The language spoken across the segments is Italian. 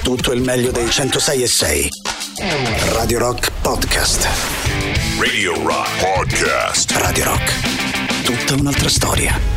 Tutto il meglio dei 106.6. Radio Rock Podcast. Radio Rock Podcast. Radio Rock. Tutta un'altra storia.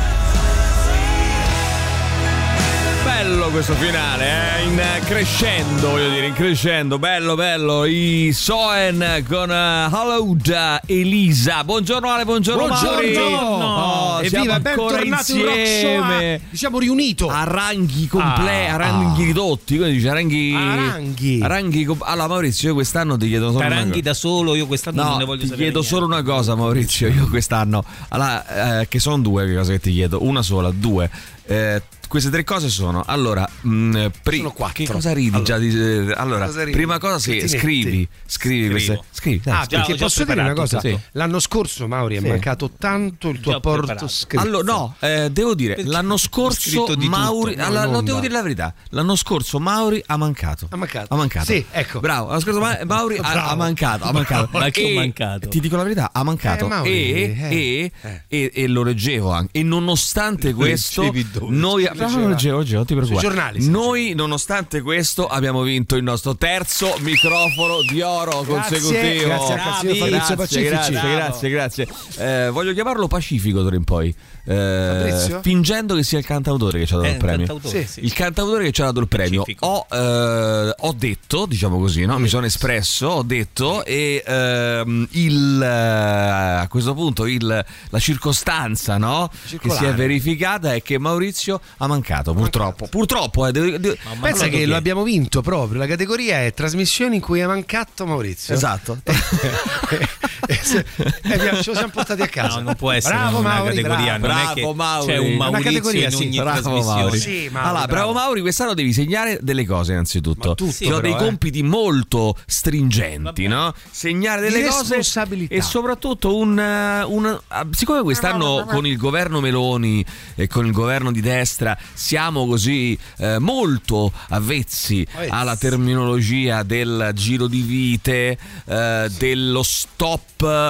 Bello questo finale, in crescendo, voglio dire, in crescendo, bello, i Soen con Hallowed Elisa. Buongiorno Ale, buongiorno Mauri. No, siamo evviva, ancora insieme. Diciamo riunito. A ranghi completi, a ranghi ridotti, come dice, aranghi. Allora Maurizio, io quest'anno ti chiedo solo Aranghi da solo, io quest'anno non ne voglio sapere. Ti chiedo solo una cosa Maurizio, io quest'anno, allora, che sono due le cose che ti chiedo, una sola, due. Queste tre cose sono, allora, sono quattro. Che cosa ridi? Allora, già allora cosa ridi? prima cosa sì, scrivi queste. Dai, perché posso dire una cosa? Sì. L'anno scorso, Mauri, è mancato tanto il tuo apporto scritto. Allora, no, devo dire, perché l'anno scorso Mauri, no, devo dire la verità, l'anno scorso Mauri ha mancato. Ha mancato. Sì, ecco. Bravo, l'anno scorso Mauri ha mancato. Ma che ho mancato? Ti dico la verità, ha mancato. Mauri, e lo leggevo anche. E nonostante questo, noi leggevo, non ti preoccupare. Giornali, noi, nonostante questo, abbiamo vinto il nostro terzo microfono di oro consecutivo. Grazie a Fabrizio Grazie. Voglio chiamarlo Pacifico d'ora in poi. Fingendo che sia il cantautore che ci ha dato il premio. Sì. Il cantautore che ci ha dato il premio. Ho detto, diciamo così, no? Mi sono espresso, ho detto, e a questo punto la circostanza, no? Che si è verificata è che Maurizio ha mancato, purtroppo. Pensa che lo abbiamo vinto proprio. La categoria è trasmissioni in cui è mancato Maurizio. Esatto. Ce lo siamo portati a casa. No, non può essere bravo, una Mauri, categoria. bravo. Non è che Mauri. c'è un Una Maurizio categoria, in ogni bravo, trasmissione. Mauri. Sì, Mauri, allora, bravo Mauri, quest'anno devi segnare delle cose innanzitutto. Ci sono dei compiti molto stringenti, no? Segnare delle cose responsabilità. e soprattutto siccome quest'anno con il governo Meloni e con il governo di destra siamo così molto avvezzi alla terminologia del giro di vite, dello stop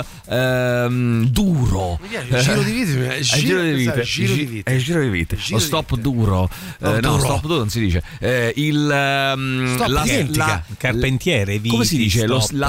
duro. Giro di vite. Lo stop duro. No, stop duro non si dice. Carpentiere, come si dice?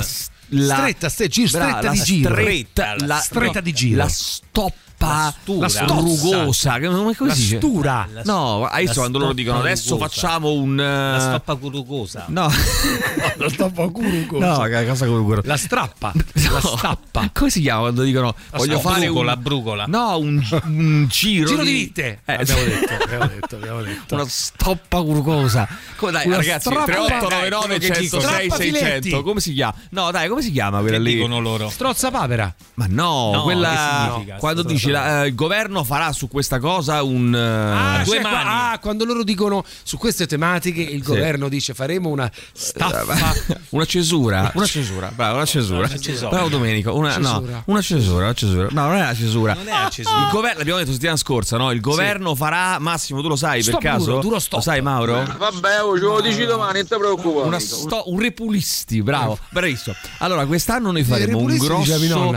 Stretta di giro. La stoppa rugosa. Come si dice? Stura. No, hai visto quando loro dicono adesso facciamo la stoppa curucosa. No. La stoppa curucosa. No, cosa curucosa? La strappa. No. La stappa. Come si chiama quando dicono voglio fare la brucola? No, un giro di vite. Abbiamo detto. Una stoppa curucosa. Dai, una ragazzi, 3899 106 600. Come si chiama? No, dai, come si chiama quella lì? Dicono loro. Strozza papera. Ma no, quella quando dice il governo farà su questa cosa un due mani. Quando loro dicono su queste tematiche il governo dice faremo una staffa, una cesura. Bravo, una cesura. Bravo Domenico, una cesura. No, non è la cesura. Il governo, l'abbiamo detto settimana scorsa, no? Il governo farà, Massimo, tu lo sai per caso? Duro stop. Lo sai, Mauro? Vabbè, ce lo dici domani, non ti preoccupare. Un repulisti, bravo, bravissimo. Allora, quest'anno noi faremo un grosso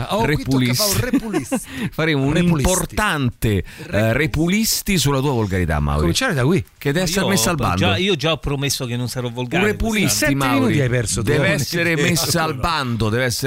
faremo un importante repulisti sulla tua volgarità, Mauri. Cominciare da qui. Che deve essere messa al bando. Io già ho promesso che non sarò volgare. Un repulisti, Mauri, hai perso. Deve essere messa al bando.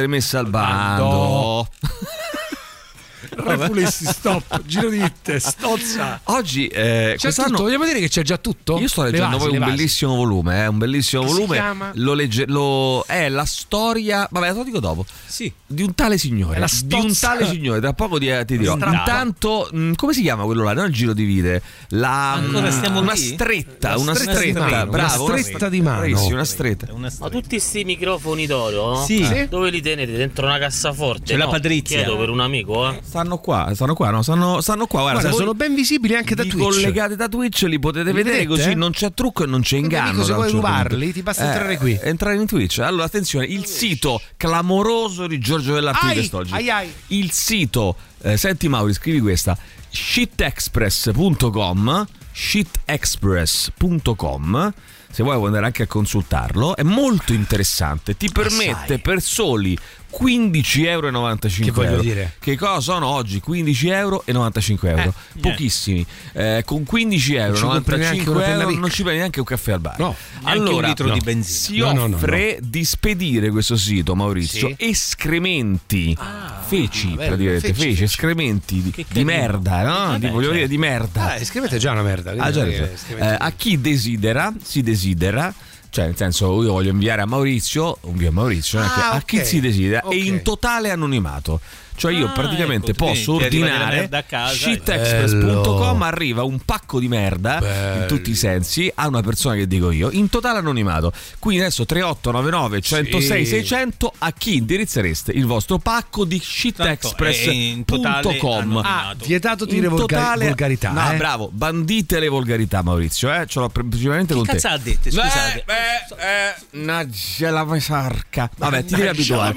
Repulisti, stop, giro di vite, stozza. Oggi c'è tutto, vogliamo dire che c'è già tutto? Io sto leggendo poi un bellissimo volume, Si chiama? La storia, vabbè, lo dico dopo. Sì. Di un tale signore. Tra poco ti dirò. Intanto, come si chiama quello là? Non il giro di vite. Ancora stiamo una lì? stretta, bravo, una stretta di mano. Bravissimo, una stretta. Ma tutti sti microfoni d'oro? Sì. Dove li tenete? Dentro una cassaforte? C'è la Patrizia. Chiedo per un amico, Stanno qua, guarda, sono ben visibili anche da Twitch. Collegati da Twitch li potete vedere, così non c'è trucco e non c'è inganno. Se vuoi rubarli ti basta entrare qui. Entrare in Twitch. Allora attenzione, il sito clamoroso di Giorgio Vellartì quest'oggi. Il sito, senti Mauri, scrivi questa: shitexpress.com. Se vuoi puoi andare anche a consultarlo, è molto interessante, ti permette per soli €15,95. Che voglio dire? Che cosa sono oggi? €15,95. Pochissimi. Con €15,95 non ci prendi neanche un caffè al bar. No, allora, un litro di benzina. si offre di spedire questo sito, Maurizio, escrementi, feci, praticamente, feci, escrementi di merda, no? Voglio dire di merda. Escrementi è già una merda. A chi si desidera, cioè nel senso, io voglio inviare a Maurizio, a chi si desidera, e in totale anonimato. Cioè io praticamente posso ordinare shitexpress.com, arriva un pacco di merda in tutti i sensi a una persona che dico io, in totale anonimato. Quindi adesso 3899 106 600, a chi indirizzereste il vostro pacco di shitexpress.com? Vietato dire volgarità. No, bravo, bandite le volgarità, Maurizio, ce l'ho principalmente con te. Che cazzo ha detto? Scusate. C'è la masarca. Vabbè, ti devi abituare.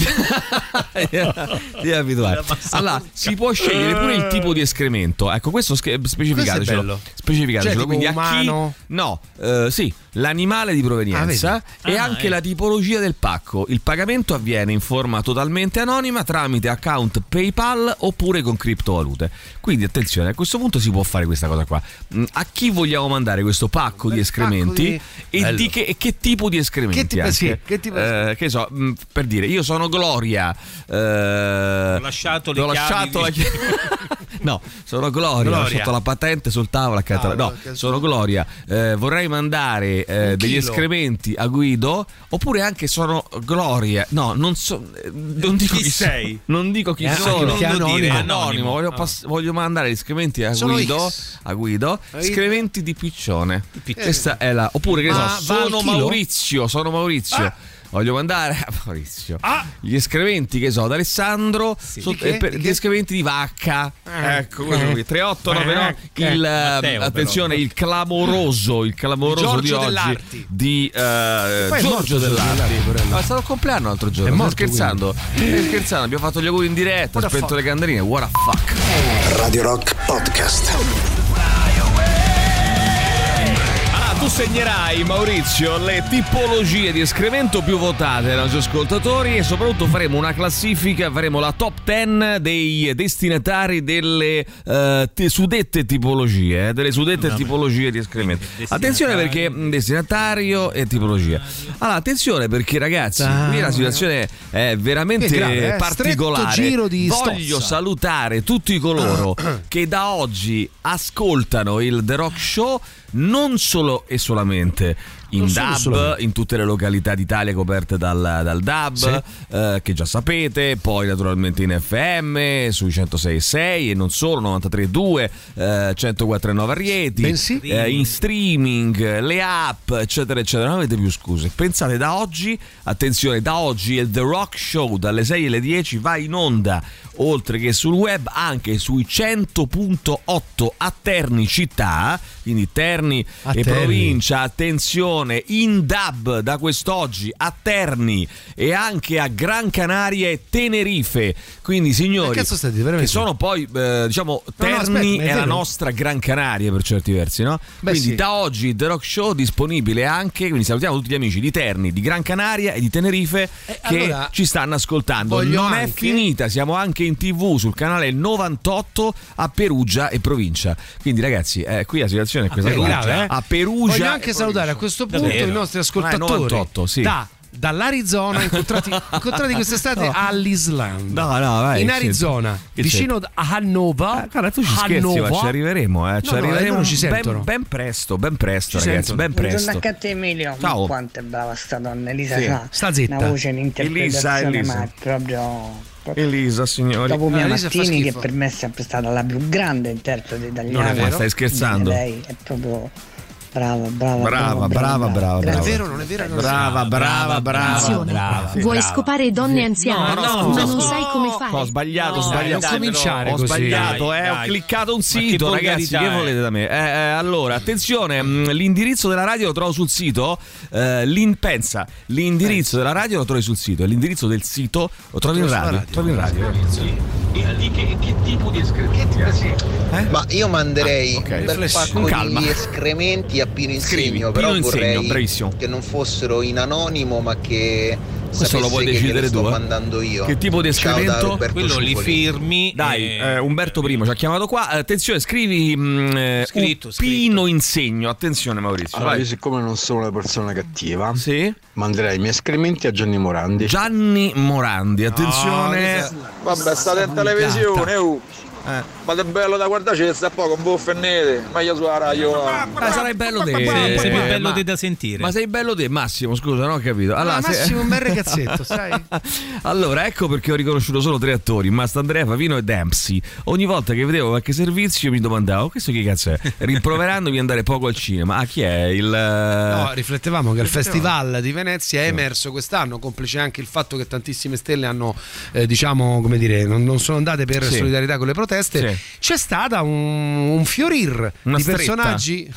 Abituare. Allora, si può scegliere pure il tipo di escremento. Ecco, questo specificatecelo. Cioè, quindi umano? Sì, l'animale di provenienza e anche la tipologia del pacco. Il pagamento avviene in forma totalmente anonima tramite account PayPal oppure con criptovalute. Quindi attenzione, a questo punto si può fare questa cosa qua. A chi vogliamo mandare questo pacco di escrementi e che tipo di escrementi? Che so, per dire, io sono Gloria. Ho lasciato le chiavi. No, sono Gloria. Ho lasciato la patente sul tavolo accanto. No, sono Gloria. Vorrei mandare degli escrementi a Guido, oppure anche sono Gloria. No, non dico chi sei. Non dico chi sono. Anonimo. Voglio mandare gli escrementi a Guido. Escrementi di piccione. Questa è la. Oppure che sono Maurizio. Voglio mandare a Maurizio gli escrementi, che so, ad Alessandro, gli escrementi di vacca. Ecco, 3899 attenzione, il clamoroso di oggi Dell'Arti. di Giorgio Dell'Arti. È stato il compleanno l'altro giorno. Sto scherzando, abbiamo fatto gli auguri in diretta, ho spento le candeline. What the fuck. Radio Rock Podcast. Tu segnerai, Maurizio, le tipologie di escremento più votate dai nostri ascoltatori e soprattutto faremo una classifica, faremo la top 10 dei destinatari delle suddette tipologie, tipologie di escremento. Attenzione, perché destinatario e tipologia. Allora, attenzione, perché ragazzi, qui la situazione è veramente particolare. Giro di Voglio salutare tutti coloro che da oggi ascoltano il The Rock Show, non solo e solamente in DAB, in tutte le località d'Italia coperte dal DAB, che già sapete, poi naturalmente in FM sui 106.6 e non solo, 93.2, 104.9 a Rieti, in streaming, le app, eccetera eccetera. Non avete più scuse. Pensate, da oggi, attenzione, da oggi il The Rock Show dalle 6 alle 10 va in onda, oltre che sul web, anche sui 100.8 a Terni città, quindi Terni e provincia, attenzione, in DAB da quest'oggi a Terni e anche a Gran Canaria e Tenerife. Quindi signori, che sono poi Terni è la nostra Gran Canaria per certi versi, no? Quindi da oggi The Rock Show disponibile anche, quindi salutiamo tutti gli amici di Terni, di Gran Canaria e di Tenerife che ci stanno ascoltando. Non è finita, siamo anche in TV sul canale 98 a Perugia e provincia. Quindi ragazzi, qui la situazione è questa qua. A Perugia. Voglio anche salutare a questo punto i nostri ascoltatori 98, dall'Arizona, incontrati quest'estate all'Islanda. Vai, in Arizona, vicino a Hannover. Guarda, tu ci scherzi, ma ci arriveremo, arriveremo ci sentono. Ben presto, ragazzi, ben presto. Buongiorno a te, Emilio. Ciao. Quanto è brava sta donna, Elisa. Sta zitta. Una voce, un'interpretazione, Elisa. ma è proprio Elisa, signori. Dopo Mia Martini, che per me è sempre stata la più grande interprete italiana. Non è vero? Stai scherzando? Lei è proprio brava. Non è vero, non è vero. Brava. Vuoi scopare donne anziane? No, ma non sai come fare. Ho sbagliato. Non cominciare così. Ho sbagliato, ho cliccato un sito, ragazzi. Che volete da me? Allora, attenzione, l'indirizzo della radio lo trovo sul sito. Pensa, l'indirizzo della radio lo trovi sul sito e l'indirizzo del sito lo trovi in radio. Che tipo di escrementi? Ma io manderei un bel pacco di escrementi a Pino Insegno, però vorrei che non fossero in anonimo, ma che Questo lo puoi decidere tu. Mandando io. Che tipo di escremento? Quello li firmi. Dai, Umberto I ci ha chiamato qua. Attenzione, scrivi scritto. Pino Insegno. Attenzione Maurizio. Allora, io siccome non sono una persona cattiva, sì, manderei i miei escrementi a Gianni Morandi. Gianni Morandi, attenzione. Vabbè, state in televisione, Ma è bello da guardare, sta poco con buffe nere, meglio sulla radio. Sarai bello te. Sei più bello te da sentire. Ma sei bello te, Massimo, scusa, non ho capito. Allora, Massimo un bel ragazzetto, sai? Allora, ecco perché ho riconosciuto solo 3 attori, Mastandrea, Favino e Dempsey. Ogni volta che vedevo qualche servizio mi domandavo, questo chi cazzo è? Rimproverandomi di andare poco al cinema. Ah, chi è? No, riflettevamo che al Festival di Venezia è emerso quest'anno, complice anche il fatto che tantissime stelle hanno, diciamo, come dire, non sono andate per solidarietà con le proteste. C'è stata un fiorir di personaggi,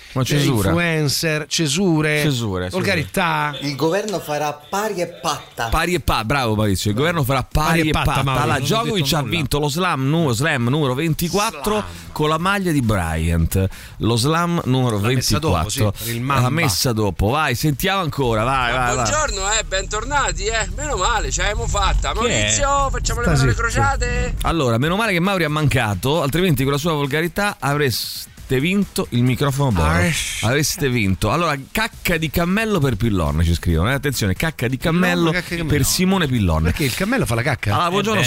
influencer, cesure, volgarità. Il governo farà pari e patta. Bravo Maurizio, il governo farà pari e patta. Allora, Djokovic ha vinto lo slam numero 24 con la maglia di Bryant. Lo slam numero 24. La messa dopo, vai, sentiamo ancora, vai. Buongiorno, bentornati, meno male, ce l'abbiamo fatta. Maurizio, facciamo le parole crociate. Allora, meno male che Mauri ha mancato, altrimenti con la sua volgarità avreste vinto il microfono bonus. Avreste vinto. Allora, cacca di cammello per Pillon, ci scrivono. Attenzione, cacca di cammello per Simone Pillon. Perché il cammello fa la cacca? Allora, buongiorno,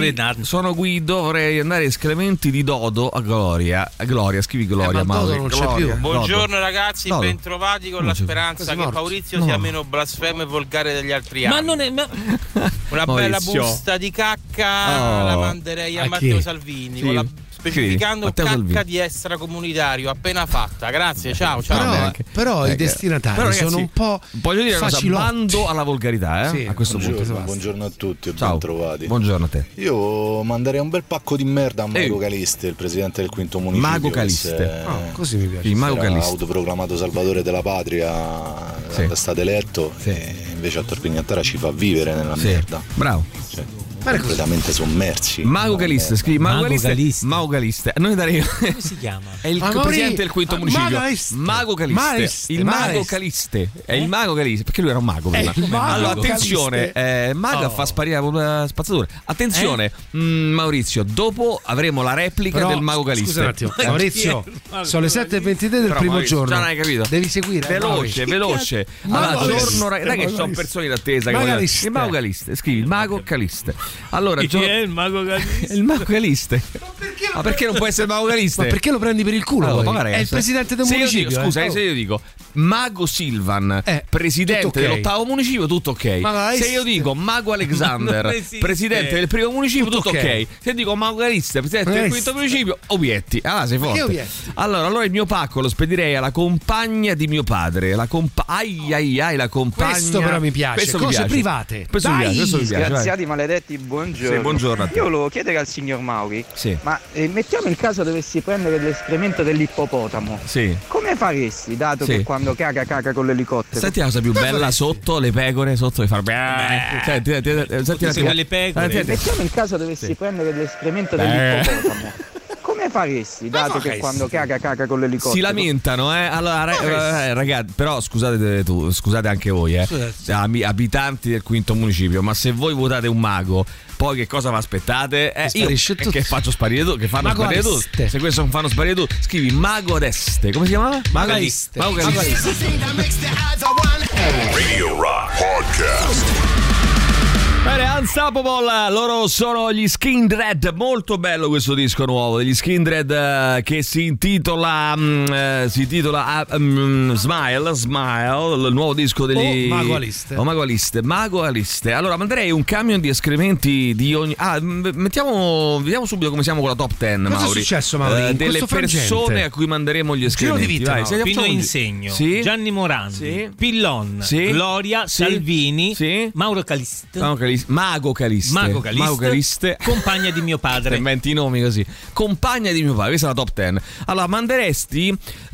sono Guido, vorrei andare escrementi di Dodo a Gloria. Scrivi Gloria, Mauri. Non c'è più. Buongiorno ragazzi, bentrovati con la speranza che Maurizio sia meno blasfemo e volgare degli altri anni. Ma non è una bella busta di cacca la manderei a Matteo Salvini con la specificando cacca di extracomunitario appena fatta. Grazie, ciao. Però i destinatari sono un po', voglio dire, bando alla volgarità, sì, a questo punto. Buongiorno a tutti e ciao. Ben trovati. Buongiorno a te. Io manderei un bel pacco di merda a Mago Caliste, il presidente del quinto municipio. Mago Caliste, così mi piace. Il Mago Caliste, autoproclamato salvatore della patria, è stato eletto e invece a Torpignattara ci fa vivere nella merda. Bravo. Completamente sommersi. Mago Caliste, scrivi Mago Caliste. Noi daremo. Come si chiama? È il presidente del quinto municipio. Mago Caliste. Il Mago Caliste. È il Mago Caliste, perché lui era un mago prima. Allora, attenzione, Mago fa sparire la spazzatura. Attenzione, Maurizio, dopo avremo la replica del Mago Caliste. Scusa un attimo, Maurizio, sono le 7:23 del primo giorno. Non hai capito? Devi seguire. Veloce. Allora, dai che sono persone d'attesa. Il Mago Caliste, scrivi il Mago Caliste. Allora, chi è il Mago Caliste? Il Mago Caliste. Ma perché non può essere il Mago Caliste? Ma perché lo prendi per il culo? È il presidente del municipio. Scusa, se io dico Mago Silvan, presidente dell'8° municipio, tutto ok. Se io dico Mago Alexander, presidente del primo municipio, tutto ok. Se dico Mago Caliste, presidente del quinto municipio, obietti. Ah, sei forte. Allora il mio pacco lo spedirei alla compagna di mio padre. La compagna. Questo però mi piace. Cose private. Questo mi piace. Disgraziati maledetti, buongiorno. Sì, buongiorno a te. Io volevo chiedere al signor Mauri, sì, ma mettiamo il caso dovessi prendere l'escremento dell'ippopotamo, sì, come faresti, dato che quando caga con l'elicottero? Senti la cosa più bella sotto le pecore, sotto le far senti le pecore. Mettiamo il caso dovessi prendere l'escremento dell'ippopotamo, come faresti, dato che quando caga con l'elicottero? Si lamentano, allora ragazzi, però scusate anche voi, abitanti del quinto municipio, ma se voi votate un mago, poi che cosa vi aspettate? Io che faccio sparire tu, che fanno sparire tu. Se questo non fanno sparire tu, scrivi Mago Adeste. Come si chiamava? Mago Caliste. Radio Rock Podcast. Bene, Unstoppable, loro sono gli Skindred, molto bello questo disco nuovo degli Skindred che si intitola Smile, il nuovo disco degli Mago Aliste. Allora manderei un camion di escrementi di ogni vediamo subito come siamo con la top 10, Mauri. Cosa è successo, Mauri? Delle persone a cui manderemo gli escrementi. Pino Insegno, Gianni Morandi, Pillon, Gloria, Salvini, Mauro Caliste. Mago Caliste, compagna di mio padre. Inventi i nomi così. Compagna di mio padre, questa è la top 10. Allora, manderesti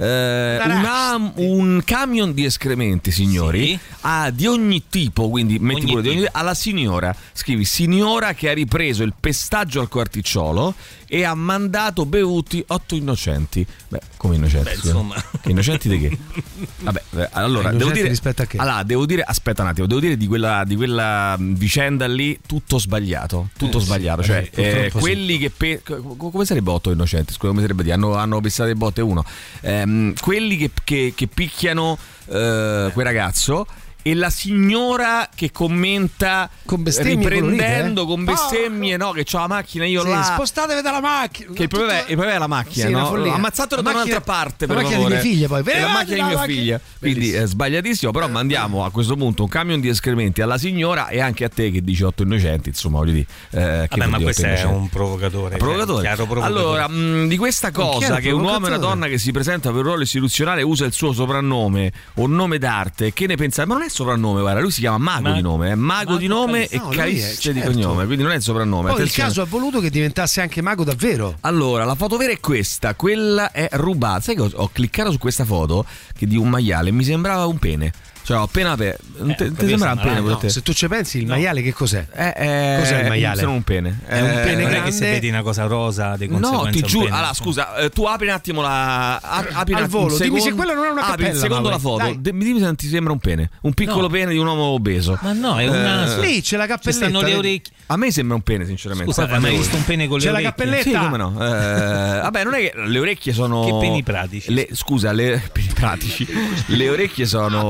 un camion di escrementi, signori, di ogni tipo, quindi metti pure alla signora. Scrivi signora che ha ripreso il pestaggio al quarticciolo e ha mandato bevuti 8 innocenti. Beh, come innocenti? Insomma. Che innocenti di che? Vabbè, allora devo dire, rispetto a che? Allora, devo dire, aspetta un attimo, devo dire di quella vicenda lì tutto sbagliato, sbagliato, cioè quelli che come sarebbe 8 innocenti? Scusa, come sarebbe dire? Hanno pensato le botte uno. Quelli che picchiano quel ragazzo e la signora che commenta con bestemmie riprendendo con bestemmie, no, che c'ho la macchina io là, spostatevi dalla macchina, che il problema è la macchina, no? Ammazzatelo da un'altra parte, per favore. La macchina di mia figlia, poi è la macchina di mia figlia, quindi è sbagliatissimo, però mandiamo a questo punto un camion di escrementi alla signora e anche a te che dici 8 innocenti, insomma, voglio dire. Vabbè, ma questo è un provocatore. Allora, di questa cosa che un uomo e una donna che si presenta per un ruolo istituzionale usa il suo soprannome o nome d'arte, che ne pensate? Ma non è soprannome, guarda, lui si chiama Mago di nome, è Mago di nome e Caliste di cognome, quindi non è il soprannome. Poi il caso ha voluto che diventasse anche Mago davvero. Allora, la foto vera è questa, quella è rubata. Sai che ho cliccato su questa foto che di un maiale mi sembrava un pene. Cioè, appena ti sembra un pene? No, se tu ci pensi, il maiale che cos'è? Cos'è il maiale? È un pene. È un pene grande. Che se vedi una cosa rosa, di conseguenza. No, ti giuro. Allora, scusa, tu apri un attimo apri al volo. Dimmi se quella non è una cappella. Secondo la foto, dimmi se non ti sembra un pene. Un piccolo pene di un uomo obeso. Ma no, è un naso. Lì c'è la cappelletta. Stanno le orecchie. A me sembra un pene, sinceramente. Scusa, hai mai visto un pene con le orecchie? C'è la cappelletta? Sì, come no. Vabbè, non è che le orecchie sono. Che peni pratici. Peni pratici. Le orecchie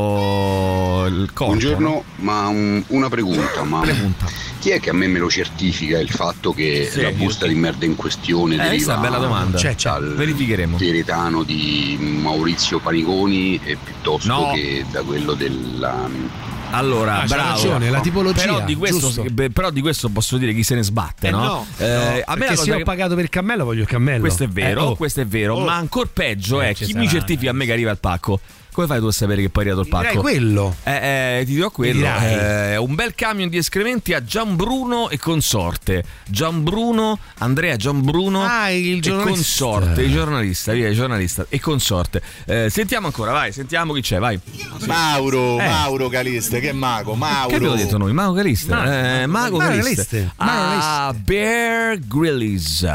sono il corpo. Buongiorno, no? Ma una pregunta, chi è che a me lo certifica il fatto che la busta di merda in questione deriva? Questa è una bella domanda. Dal verificheremo. Teretano di Maurizio Paniconi e piuttosto che da quello della. Allora, bravo, ragione, la tipologia. Però di questo posso dire chi se ne sbatte, no? A me se ho pagato per il cammello, voglio il cammello. Questo è vero, ma ancor peggio è chi mi certifica a me che arriva il pacco. Come fai tu a sapere che poi è arrivato il pacco? Quello. Ti dirò quello. Un bel camion di escrementi a Gianbruno e consorte. Andrea Gianbruno e consorte. Il giornalista e consorte. Sentiamo ancora, vai, sentiamo chi c'è, vai. Mauro Caliste, che mago, Mauro. Che abbiamo detto noi? Mago Caliste. Mago Caliste. Bear Grylls.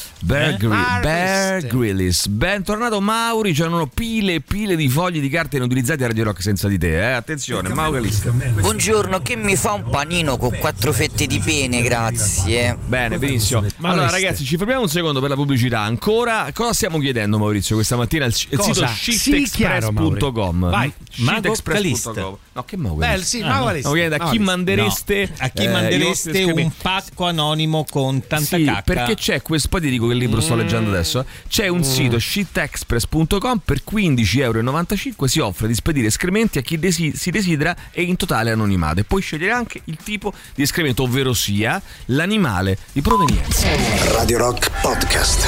Bear Grylls. Bentornato Mauri, c'erano pile e pile di fogli di carta inutilizzati a Radio Rock senza di te, attenzione, Mauro Calista. Buongiorno, che mi fa un panino con 4 fette di pene, grazie. Bene, benissimo. Allora ragazzi, ci fermiamo un secondo per la pubblicità. Ancora, cosa stiamo chiedendo Maurizio questa mattina? Il sito shitexpress.com. Vai, shitexpress.com. No, che Mauro Calista? Mauro Calista. A chi mandereste un pacco anonimo con tanta cacca? Perché c'è questo, poi ti dico che il libro sto leggendo adesso, c'è un sito shitexpress.com, per €15,95 si offre di spedire escrementi a chi si desidera e in totale anonimato, e puoi scegliere anche il tipo di escremento, ovvero sia l'animale di provenienza. Radio Rock Podcast.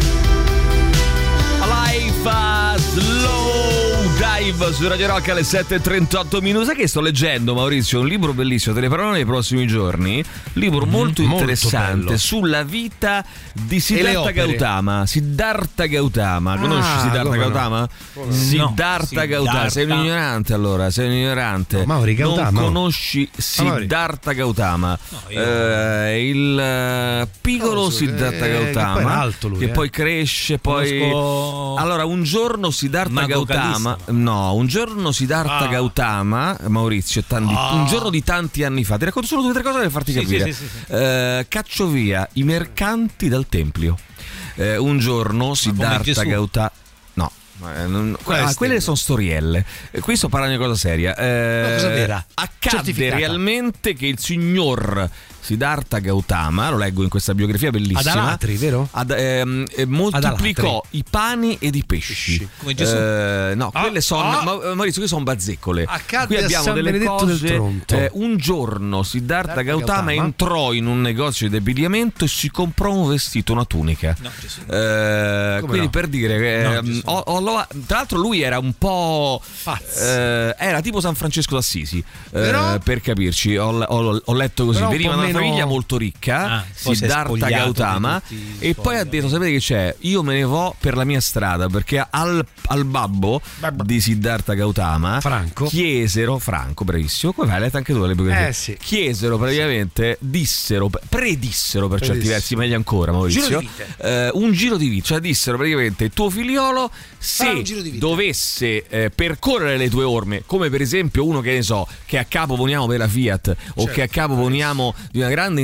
Life Slow Dive su Radio Rock alle 7:38 minuti. Sai che sto leggendo, Maurizio? Un libro bellissimo, te ne parlerò nei prossimi giorni. Libro molto interessante bello. Sulla vita di Siddhartha Gautama. Conosci Siddhartha Gautama? No. Siddhartha Gautama. Sei un ignorante, allora. Sei un ignorante. Mauri Gautama. Non conosci Siddhartha Gautama? Il piccolo Siddhartha Gautama, che poi cresce, poi. Allora, un giorno Siddhartha Gautama. No, un giorno Siddhartha Gautama, Maurizio, un giorno di tanti anni fa. Ti racconto solo 2 o 3 cose per farti capire. Sì. Cacciò via i mercanti dal tempio. Un giorno Siddhartha Gautama. Quelle sono storielle. Qui sto parlando di cosa seria. Cosa vera? Accadde realmente che il signor Siddhartha Gautama, lo leggo in questa biografia bellissima, ad Alatri, vero? Moltiplicò i pani ed i pesci. Come Gesù. No, quelle sono Maurizio, quelle sono bazzecole. Accadde qui abbiamo delle Benedetto cose. Un giorno Siddhartha Gautama entrò in un negozio di abbigliamento e si comprò un vestito, una tunica. No, Gesù. Quindi no. Per dire che tra l'altro lui era un po' era tipo San Francesco d'Assisi, per capirci. Ho letto così. Venivano famiglia molto ricca, Siddhartha Gautama, e poi ha detto: sapete che c'è? Io me ne vo per la mia strada, perché al babbo di Siddhartha Gautama chiesero, Franco, bravissimo, come fai? Hai letto anche tu le biografie? Chiesero praticamente, predissero per certi versi, meglio ancora, Maurizio, un giro di vita, cioè dissero praticamente: tuo figliolo, se dovesse percorrere le tue orme, come per esempio uno che ne so, che è a capo poniamo per la Fiat, o che è a capo poniamo di una grande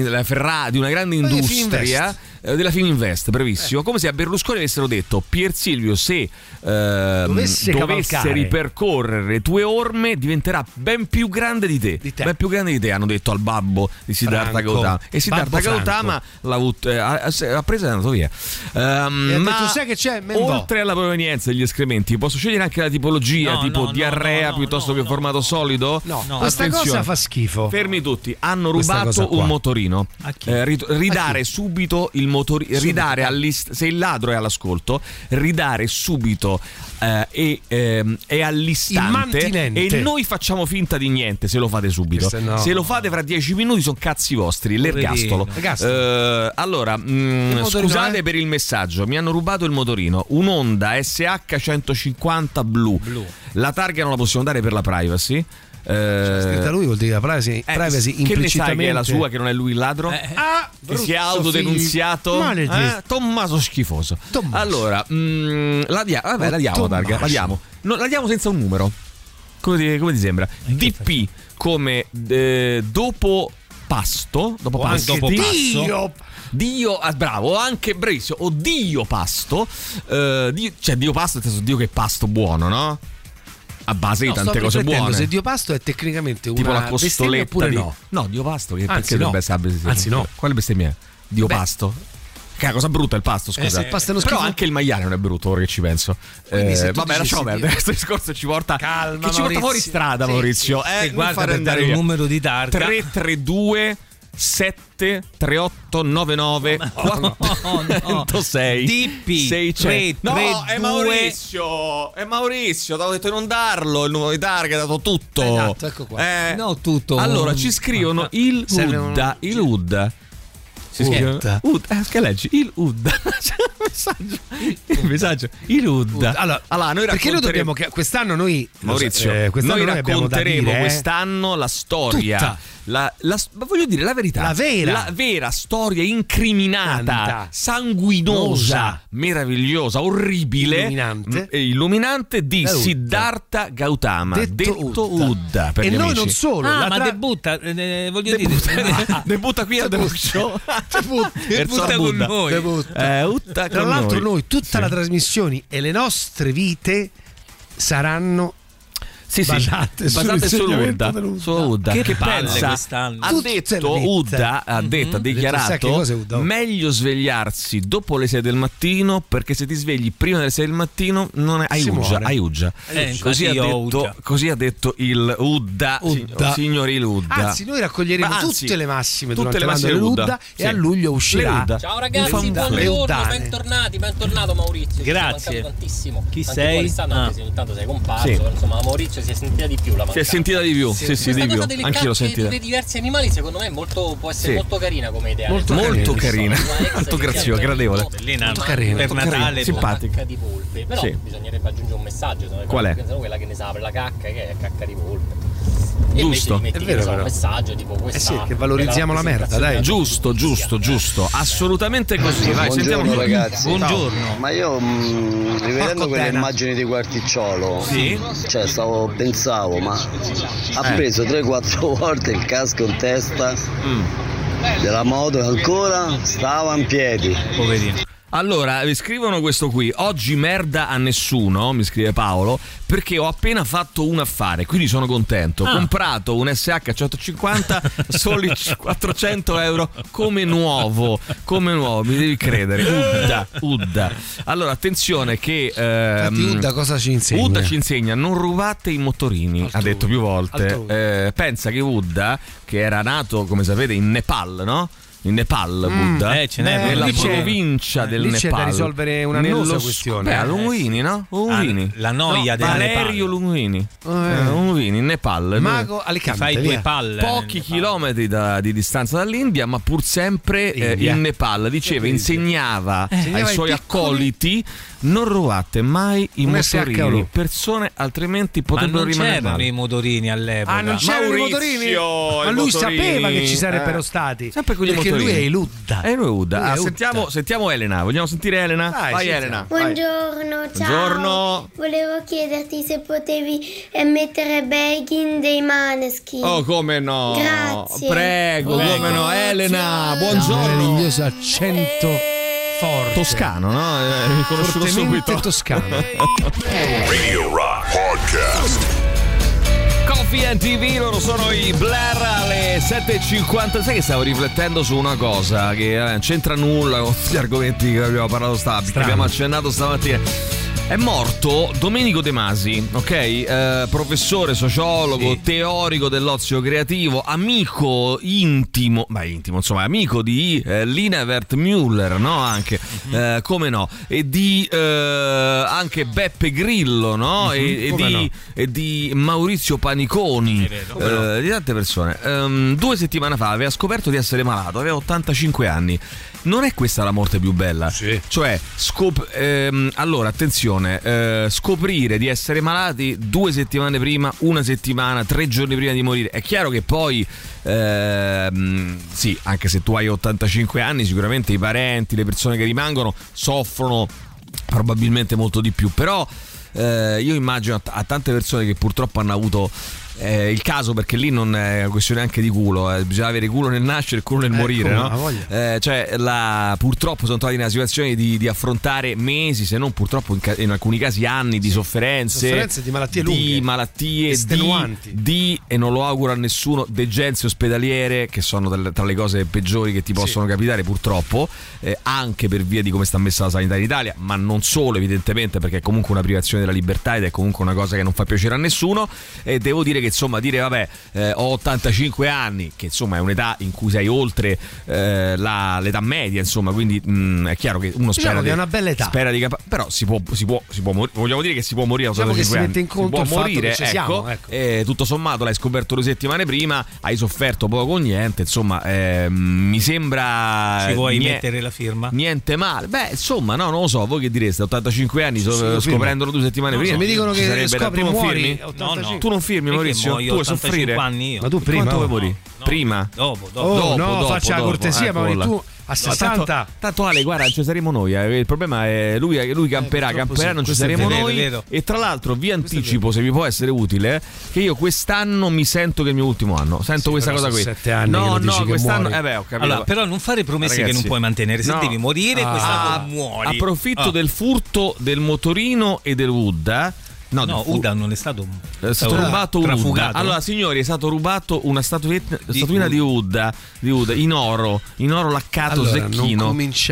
industria, della Fininvest, bravissimo, come se a Berlusconi avessero detto: Pier Silvio, se dovesse ripercorrere le tue orme, diventerà ben più grande di te. Ben più grande di te, hanno detto al babbo di Siddhartha Gautama. E Siddhartha Gautama ha preso e è andato via. Ma detto, sai che c'è? Oltre alla provenienza degli escrementi, posso scegliere anche la tipologia, tipo diarrea piuttosto che formato solido? No, questa cosa fa schifo. Fermi tutti, hanno rubato un motorino. Ridare subito il motorino, ridare se il ladro è all'ascolto, ridare subito e all'istante, e noi facciamo finta di niente se lo fate subito. Se lo fate fra 10 minuti sono cazzi vostri, l'ergastolo. Allora, scusate per il messaggio, mi hanno rubato il motorino, un Honda SH 150 blu. La targa non la possiamo dare per la privacy. Scritta lui vuol dire la privacy implicitamente. Che ne sai che è la sua, che non è lui il ladro? Che si è autodenunziato? Tommaso schifoso. Allora, la diamo la targa, la diamo. No, la diamo senza un numero. Come ti sembra? DP come dopo pasto. Dopo pasto. Dio, bravo, anche bravissimo. O Dio pasto. Dio pasto, nel senso Dio che pasto buono, no? A base di tante cose buone. Se Dio pasto è tecnicamente una tipo la costoletta oppure no? No, Dio pasto che perché dovrebbe essere? Anzi no. Quale bestemmia è? Dio pasto? Che è una cosa brutta il pasto, scusa. Però anche il maiale non è brutto, ora che ci penso. Vabbè, lasciamo perdere. Questo discorso ci porta fuori strada, Maurizio. Guarda, per dare un numero di targa. 332 73899 406 DP 600. No, è Maurizio, ti avevo detto di non darlo il numero di targa, dato tutto. Esatto, ecco qua. No, tutto. Allora ci scrivono il UDDA, che leggi? Il UDDA. Il messaggio. Il UDDA. Allora noi perché noi dobbiamo quest'anno noi Maurizio, noi racconteremo quest'anno la storia. Voglio dire la verità, la vera storia incriminata, sanguinosa, meravigliosa, orribile, illuminante di Siddhartha Gautama, detto Udda. E noi non solo, ma debutta, voglio dire, debutta qui al The Book Show. Debutta con noi. Tra l'altro noi tutta la trasmissione e le nostre vite saranno basate su Udda. Che pensa? Ha dichiarato meglio svegliarsi dopo le 6 del mattino, perché se ti svegli prima delle 6 del mattino non hai uggia. Così ha detto il Udda. Signori l'Udda. Anzi, noi raccoglieremo tutte le massime durante l'anno dell'Udda e a luglio uscirà. Ciao ragazzi, buongiorno, bentornato Maurizio. Grazie. Tantissimo. Chi sei? Ogni tanto sei comparso, insomma Maurizio si è sentita di più la mancanza. Si è sentita di più, sì, di più. Anch'io l'ho sentita. Dei diversi animali secondo me può essere molto carina come idea. Molto carina. Molto graziosa, gradevole. Molto carina. Per Natale simpatica. Cacca di volpe, però bisognerebbe aggiungere un messaggio, qual è? Pensano quella che ne sa per la cacca, che è cacca di volpe. Giusto, è vero, un messaggio tipo questa, che valorizziamo la merda, dai. Giusto, assolutamente così. Vai, buongiorno ragazzi. Buongiorno. Ma io rivedendo quelle immagini di Quarticciolo, pensavo, ma ha preso 3-4 volte il casco in testa della moto e ancora stava in piedi. Poverino. Allora, mi scrivono questo qui: oggi merda a nessuno, mi scrive Paolo, perché ho appena fatto un affare, quindi sono contento. Ho comprato un SH 150 soli 400 euro come nuovo, mi devi credere. Udda. Allora, attenzione che Udda cosa ci insegna? Udda ci insegna: non rubate i motorini, ha detto più volte. Pensa che Udda, che era nato, come sapete, in Nepal, no? Buddha. Ce n'è nella provincia del Nepal. C'è da risolvere un'annosa questione. Lunghini, no? Lunghini. La noia del Valerio Lunghini. Lunghini, in Nepal. Mago Alicante. Fai 2 palle. Pochi chilometri di distanza dall'India, ma pur sempre in Nepal. Diceva, insegnava ai suoi accoliti: non rubate mai i motorini, persone altrimenti potrebbero rimanere. Ma non c'erano i motorini all'epoca. Non c'erano i motorini? Ma lui sapeva che ci sarebbero stati. Sempre con gli perché motorini. lui è Iludda. Lui è Udda. Sentiamo Elena. Vogliamo sentire Elena? Vai Elena. Buongiorno, ciao. Buongiorno. Volevo chiederti se potevi mettere Begin dei Maneskin. Oh, come no? Grazie. Prego, come no? Elena, buongiorno. Meraviglioso accento forte. Toscano, no? Riconosciuto subito. Toscano. Radio Rock Podcast. Coffee and TV, loro sono i Blair alle 7.50. Sai che stavo riflettendo su una cosa che non c'entra nulla con gli argomenti che abbiamo parlato che abbiamo accennato stamattina. È morto Domenico De Masi, ok? Professore, sociologo, teorico dell'ozio creativo, amico intimo, insomma, amico di Lina Wertmüller, no? Anche, come no? E di anche Beppe Grillo, no? E di Maurizio Paniconi, di tante persone. 2 settimane fa aveva scoperto di essere malato, aveva 85 anni. Non è questa la morte più bella? Sì. Cioè, allora, attenzione, scoprire di essere malati 2 settimane prima, 1 settimana, 3 giorni prima di morire. È chiaro che poi, sì, anche se tu hai 85 anni, sicuramente i parenti, le persone che rimangono soffrono probabilmente molto di più. Però io immagino a tante persone che purtroppo hanno avuto il caso, perché lì non è una questione anche di culo, bisogna avere culo nel nascere e culo nel morire, no? Cioè purtroppo sono trovati nella situazione di affrontare mesi, se non purtroppo in alcuni casi anni di sofferenze di malattie lunghe, di malattie estenuanti, e non lo auguro a nessuno, degenze ospedaliere, che sono tra le cose peggiori che ti possono capitare purtroppo, anche per via di come sta messa la sanità in Italia, ma non solo, evidentemente, perché è comunque una privazione della libertà ed è comunque una cosa che non fa piacere a nessuno. E devo dire che insomma vabbè, ho 85 anni, che insomma è un'età in cui sei oltre l'età media, insomma, quindi è chiaro che uno spera che è una bella età, spera però si può morire. Vogliamo dire che si può morire a 85 anni, mette in conto si può morire, che ci siamo, ecco. Tutto sommato l'hai scoperto 2 settimane prima, hai sofferto poco o niente, insomma, mi sembra. Ci vuoi mettere la firma? Niente male, beh, insomma, no, non lo so, voi che direste? 85 anni scoprendolo 2 settimane prima. Se mi dicono che scopri muori, tu non firmi, Maurizio? Tu vuoi soffrire? Anni io. Ma tu prima? Quanto vuoi morire? Prima? Dopo. Faccia la cortesia, Mauri, tu a 60. Tanto Ale, guarda, ci saremo noi. Il problema è lui camperà, non ci saremo noi. E tra l'altro vi anticipo, se vi può essere utile, che io quest'anno mi sento che è il mio ultimo anno. Sento questa cosa qui. 7 anni no, quest'anno ho capito. Allora, però non fare promesse, ragazzi, che non puoi mantenere. Se devi morire, quest'anno muori. Approfitto del furto del motorino e del Udda. No, Udda non è stato rubato un Udda. Allora, signori, è stato rubato una statuina di Udda in oro laccato, secchino.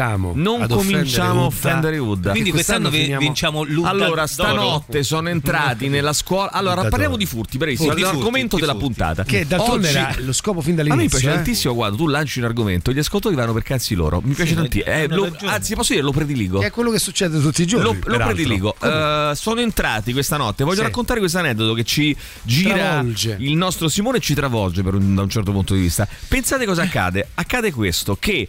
Non cominciamo a offendere Udda. Quindi quest'anno vinciamo l'Udda. Allora, stanotte sono entrati nella scuola. Allora, parliamo di furti, bravissimo. L'argomento della puntata. Che d'altronde era lo scopo fin dall'inizio. A me piace tantissimo quando tu lanci un argomento e gli ascoltatori vanno per cazzi loro. Mi piace tantissimo. Anzi, posso dire, lo prediligo. Che è quello che succede tutti i giorni. Lo prediligo. Sono entrati questa notte. Voglio raccontare questo aneddoto che ci gira il nostro Simone e ci travolge da un certo punto di vista. Pensate cosa accade? Accade questo, che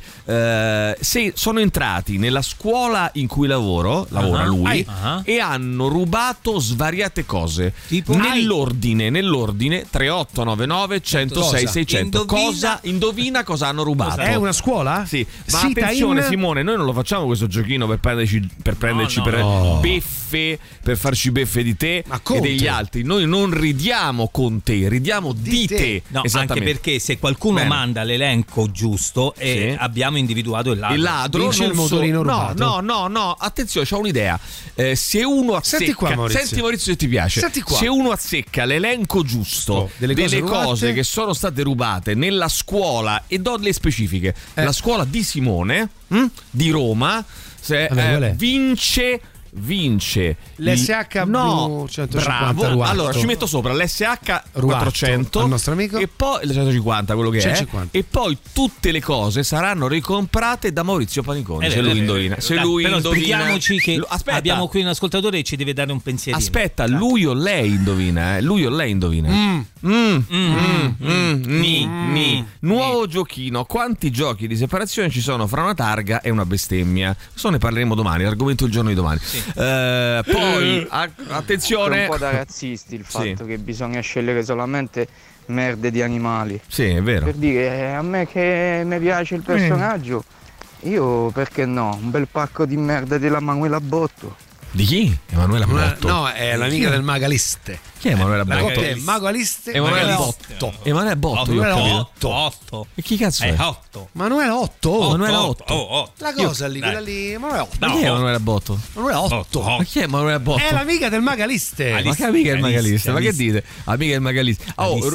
se sono entrati nella scuola in cui lavora lui e hanno rubato svariate cose, tipo nell'ordine 3899 106 600. Indovina cosa hanno rubato? È una scuola? Sì. Ma attenzione, Simone, noi non lo facciamo questo giochino per prenderci beffe, per farci beffe di te e degli altri. Noi non ridiamo con te, ridiamo di te. No, anche perché se qualcuno manda l'elenco giusto abbiamo individuato il ladro. Vince il motorino rubato. No, attenzione, c'ho un'idea. Se uno azzecca, senti Maurizio se ti piace, se uno azzecca l'elenco giusto delle cose che sono state rubate nella scuola, e do le specifiche, la scuola di Simone di Roma, vince vince l'SH Blu 150 bravo. Ruatto. Allora ci metto sopra l'SH 400 al nostro amico e poi il 150 quello che 150. è e poi tutte le cose saranno ricomprate da Maurizio Paniconi se lui indovina. Se lui però indovina, spieghiamoci che aspetta, abbiamo qui un ascoltatore che ci deve dare un pensierino. aspetta, lui o lei indovina, lui o lei indovina. Nuovo giochino. Quanti giochi di separazione ci sono fra una targa e una bestemmia? Questo ne parleremo domani, l'argomento del giorno di domani. Sì. Poi attenzione, è un po' da razzisti il fatto che bisogna scegliere solamente merde di animali. Sì, è vero. Per dire, a me che mi piace il personaggio, io perché no? Un bel pacco di merda della Manuela Botto. Di chi? Emanuela Botto? No, è l'amica del Magaliste. Chi è Emanuela Botto? È Magaliste. Emanuela Botto. Emanuela Botto. Otto. E chi cazzo è? Otto. Manuela Otto. Manuela Otto. La cosa lì, quella lì. Manuela Otto. Ma chi è Emanuela Botto? Manuela Otto. Ma chi è Emanuela Botto? È l'amica del Magaliste. Ma che amica del Magaliste? Ma che dite? Amica del Magaliste.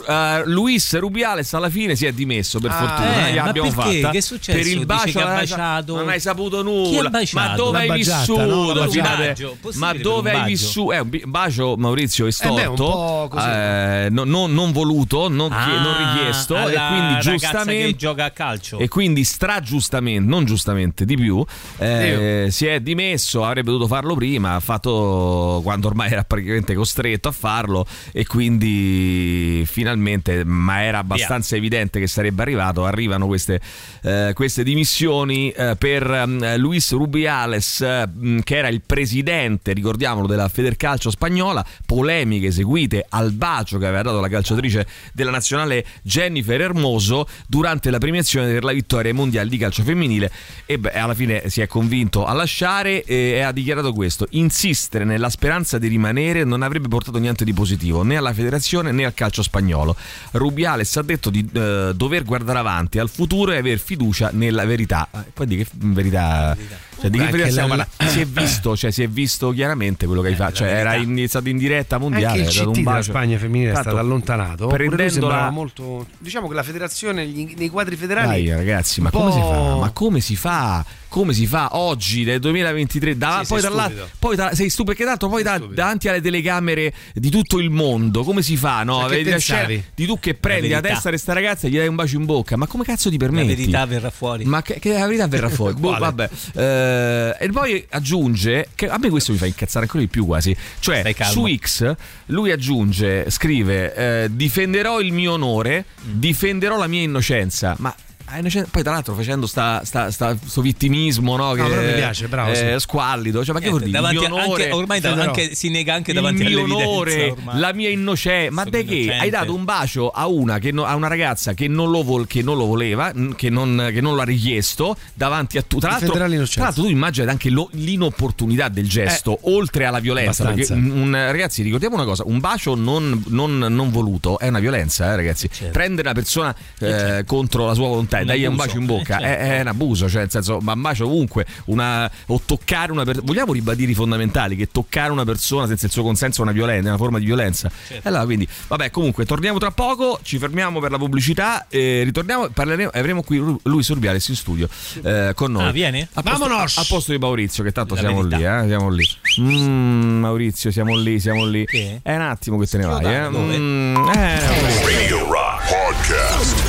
Luis Rubiales alla fine si è dimesso, per fortuna. L'abbiamo fatta. Che è successo? Per il bacio non hai saputo nulla. Ma dove hai vissuto? Ma dove hai vissuto? È un bacio, Maurizio, estorto, non voluto, non richiesto, e quindi giustamente che gioca a calcio. E quindi stragiustamente, non giustamente di più, si è dimesso. Avrebbe dovuto farlo prima, ha fatto quando ormai era praticamente costretto a farlo, e quindi finalmente, ma era abbastanza evidente che sarebbe arrivato. Arrivano queste dimissioni per Luis Rubiales, che era il presidente, ricordiamolo, della Federcalcio spagnola. Polemiche seguite al bacio che aveva dato la calciatrice della nazionale Jennifer Hermoso durante la premiazione per la vittoria ai mondiali di calcio femminile, e alla fine si è convinto a lasciare e ha dichiarato questo: insistere nella speranza di rimanere non avrebbe portato niente di positivo né alla federazione né al calcio spagnolo. Rubiales ha detto di dover guardare avanti al futuro e aver fiducia nella verità. Poi di che verità? Cioè, di che verità stiamo parlando? Si è visto chiaramente quello che hai fatto. Cioè, era stato in diretta mondiale. Anche il CT della Spagna femminile è stato allontanato. Prendendola molto. Diciamo che la federazione nei quadri federali. Dai, ragazzi, ma come si fa? Ma come si fa? Come si fa oggi nel 2023? Sei stupido, perché tanto poi davanti alle telecamere di tutto il mondo, come si fa? No, vedi la scena di tu che prendi la testa di sta ragazza e gli dai un bacio in bocca. Ma come cazzo ti permetti? La verità verrà fuori. Ma che la verità verrà fuori? Vabbè. E poi aggiunge che a me questo mi fa incazzare ancora di più quasi. Cioè, su X lui aggiunge, scrive: difenderò il mio onore, difenderò la mia innocenza. Ma poi tra l'altro facendo sto vittimismo, no? Che però mi piace, bravo, sì. Squallido, cioè, ma che vuol dire? Il mio onore, ormai si nega anche davanti all'evidenza. Il mio onore, la mia innocenza. Ma de che? Hai dato un bacio a una ragazza che non lo voleva, che non lo ha richiesto, davanti a tu. Tra l'altro tu immagini anche l'inopportunità del gesto, oltre alla violenza. Abbastanza. Perché ragazzi, ricordiamo una cosa: un bacio non voluto è una violenza, ragazzi. Certo. Prendere una persona contro la sua volontà, dai un bacio in bocca, certo, è un abuso, cioè nel senso, ma un bacio ovunque, o toccare una persona. Vogliamo ribadire i fondamentali, che toccare una persona senza il suo consenso è una forma di violenza. Certo. Allora, quindi vabbè, comunque torniamo tra poco, ci fermiamo per la pubblicità, ritorniamo, avremo qui Luis Rubiales in studio con noi. Vieni? Vamonos! A posto di Maurizio, che tanto siamo lì, siamo lì. Maurizio, siamo lì. Che? È un attimo che te ne vai, Radio Rock Podcast.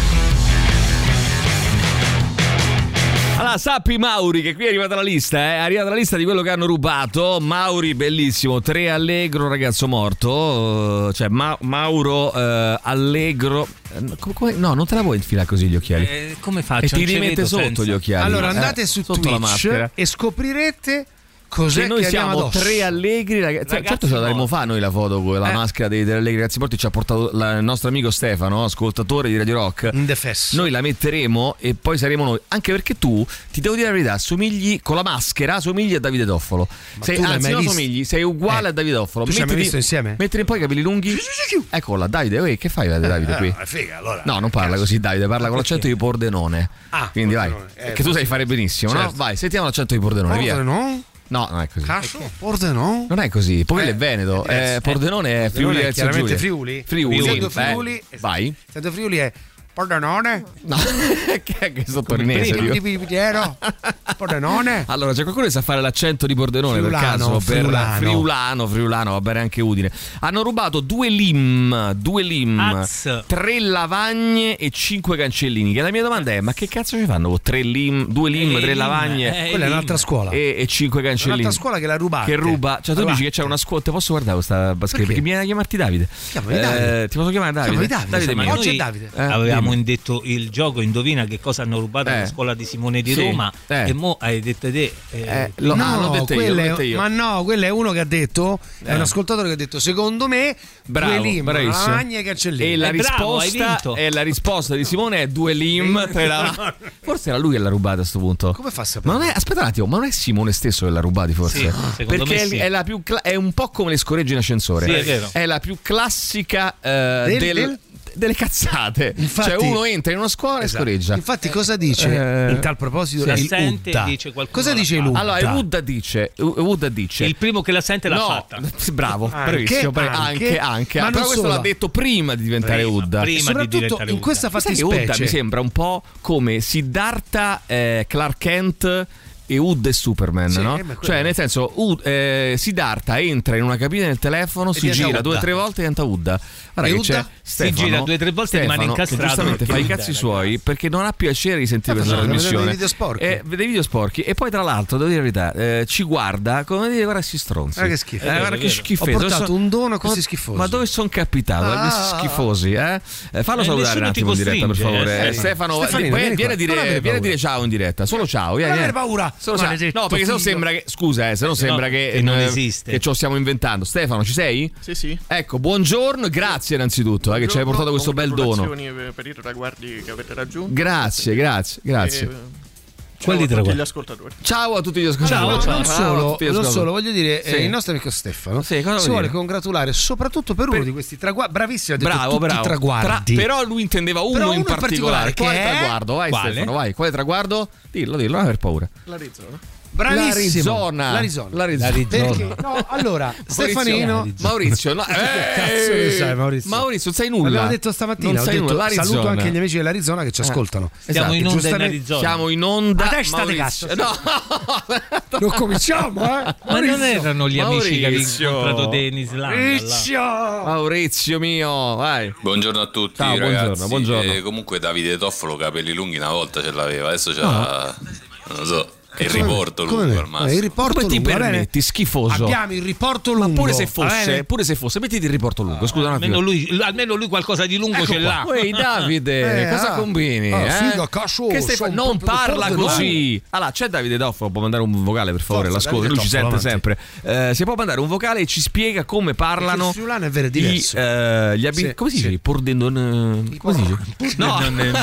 Allora, sappi Mauri che qui è arrivata la lista, è arrivata la lista di quello che hanno rubato. Mauri, bellissimo, 3 Allegro, ragazzo morto, cioè Mauro Allegro. No, non te la puoi infilare così gli occhiali. Come faccio? E ti rimette sotto gli occhiali. Allora andate su sotto Twitch la maschera e scoprirete cos'è che noi che siamo addosso. 3 Allegri, ragazzi. Certo ce la daremo fa noi la foto con la maschera dei 3 Allegri ragazzi morti. Ci ha portato il nostro amico Stefano, ascoltatore di Radio Rock. In the fest. Noi la metteremo e poi saremo noi. Anche perché tu, ti devo dire la verità, somigli con la maschera, somigli a Davide Toffolo. Sei uguale a Davide Toffolo. Tu ci abbiamo visto insieme? Mettili un po' i capelli lunghi. Eccola, Davide, che fai Davide qui? Figa, allora. No, non parla così Davide, parla con l'accento di Pordenone. Quindi Pordenone. Vai. Che tu sai fare benissimo, certo, no? Vai, sentiamo l'accento di Pordenone, via. No, non è così. Pordenone? Non è così. Poi è Veneto. Pordenone è Friuli, chiaramente Friuli. Vai. Sento Friuli è Pordenone? No, che è questo torinese? Pordenone? Allora, c'è qualcuno che sa fare l'accento di Pordenone Friulano, per caso? Friulano, va bene anche Udine. Hanno rubato 2 lim, 3 lavagne e 5 cancellini. Che la mia domanda è: ma che cazzo ci fanno con 2 lim, 3 lavagne? Quella è un'altra scuola. E 5 cancellini. Un'altra scuola che la rubate. Che ruba. Cioè, tu dici che c'è una scuola. Te posso guardare questa baschetta? Perché mi viene a chiamarti Davide. Ti posso chiamare Davide? Davide mio. Oggi è Davide. Avevamo indetto il gioco Indovina che cosa hanno rubato alla scuola di Simone di Roma. E mo hai detto te. L'ho detto io. Ma no, quello è uno che ha detto. È un ascoltatore che ha detto: secondo me, 2 lim, lavagne e cancellini. E la risposta di Simone è 2 lim, 3 lavagne. Forse era lui che l'ha rubata a questo punto. Come fa a sapere? Ma non è, aspetta un attimo, ma non è Simone stesso che l'ha rubati forse? Sì, perché sì. è la più è un po' come le scoregge in ascensore. Sì, è vero. È la più classica delle cazzate. Infatti, cioè uno entra in una scuola e scoreggia. Infatti cosa dice in tal proposito l'assente il Udda? dice cosa dice il Udda? Allora il Udda dice il primo che l'assente l'ha fatta. Bravo, bravissimo, anche ma però questo l'ha detto prima di diventare Udda. Soprattutto in questa fattispecie Udda mi sembra un po' come Siddhartha, Clark Kent e Ud e Superman, no? Cioè nel senso Siddhartha entra in una cabina del telefono, si gira 2 o 3 volte e diventa Udda. Guarda che c'è Stefano, si gira 2 o 3 volte e rimane incastrato. Giustamente fa i cazzi suoi perché non ha piacere di sentire questa trasmissione. Vede dei video sporchi e poi tra l'altro devo dire la verità, ci guarda come dire guarda si stronzi. Guarda che schifo. Guarda che schifo. Ho portato un dono a questi schifosi. Ma dove sono capitato? Questi schifosi, Fallo salutare un attimo in diretta, per favore. Stefano, vieni a dire ciao in diretta, solo ciao. Non avere paura. No, perché se no sembra che scusa, se no sembra che non esiste. Che ce lo stiamo inventando. Stefano, ci sei? Sì. Ecco, buongiorno, grazie innanzitutto che ci hai portato questo bel dono. Per i traguardi che avete raggiunto. Grazie. Ciao a tutti gli ascoltatori. Ciao a tutti gli ascoltatori. Non solo, voglio dire, il nostro amico Stefano si vuole congratulare soprattutto per uno di questi traguardi. Bravissimo, ha detto tutti i traguardi. Però lui intendeva uno in particolare. Quale traguardo? Vai Stefano, vai. Quale traguardo? Dillo, non aver paura. L'Arizona. Bravissimo. L'Arizona. Perché? No, allora, Stefanino. Maurizio, no. Cazzo ne sai, Maurizio? Maurizio, non sai nulla. L'abbiamo detto stamattina. Non sai nulla. Saluto anche gli amici dell'Arizona che ci ascoltano. Siamo in onda in Arizona. Siamo in onda. A testa di cazzo. No. Non cominciamo, Ma non erano gli amici che avevi incontrato Denis Landa? Maurizio mio, vai. Buongiorno a tutti, ciao, ragazzi. Buongiorno. Comunque Davide Toffolo capelli lunghi una volta ce l'aveva, adesso c'ha non lo so. Il riporto lungo al massimo. Il riporto come lungo, ti permetti, schifoso? Abbiamo il riporto lungo. Ma pure se fosse, mettiti il riporto lungo. Scusa un attimo. Almeno lui qualcosa di lungo ce l'ha. Ehi Davide, cosa combini? Figa, cazzo. Che stai non parla così. Allora, c'è Davide Doffolo, può mandare un vocale per favore, l'ascolta, lui ci sente sempre. Si può mandare un vocale e ci spiega come parlano. Il friulano è vero, è diverso. Gli abitanti, come si dice? Pordenonesi. Come si dice? No,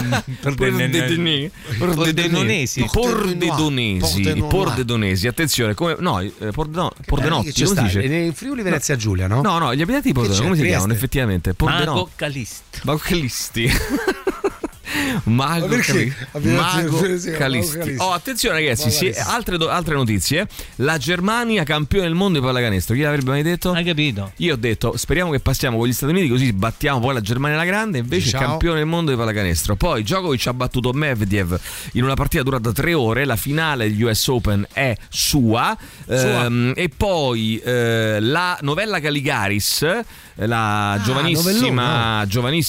Pordenonesi, attenzione, come Pordenotti, come si dice? In Friuli Venezia Giulia, no? No, gli abitanti di Pordenone come si chiamano effettivamente? Mago Calisti. Mago Calisti. Oh, attenzione ragazzi, altre notizie. La Germania campione del mondo di pallacanestro. Chi l'avrebbe mai detto? Hai capito? Io ho detto speriamo che passiamo con gli Stati Uniti così battiamo poi la Germania alla grande. Invece campione del mondo di pallacanestro. Poi Djokovic ha battuto Medvedev in una partita durata 3 ore. La finale degli US Open è sua. E poi la Novella Caligaris, la giovanissima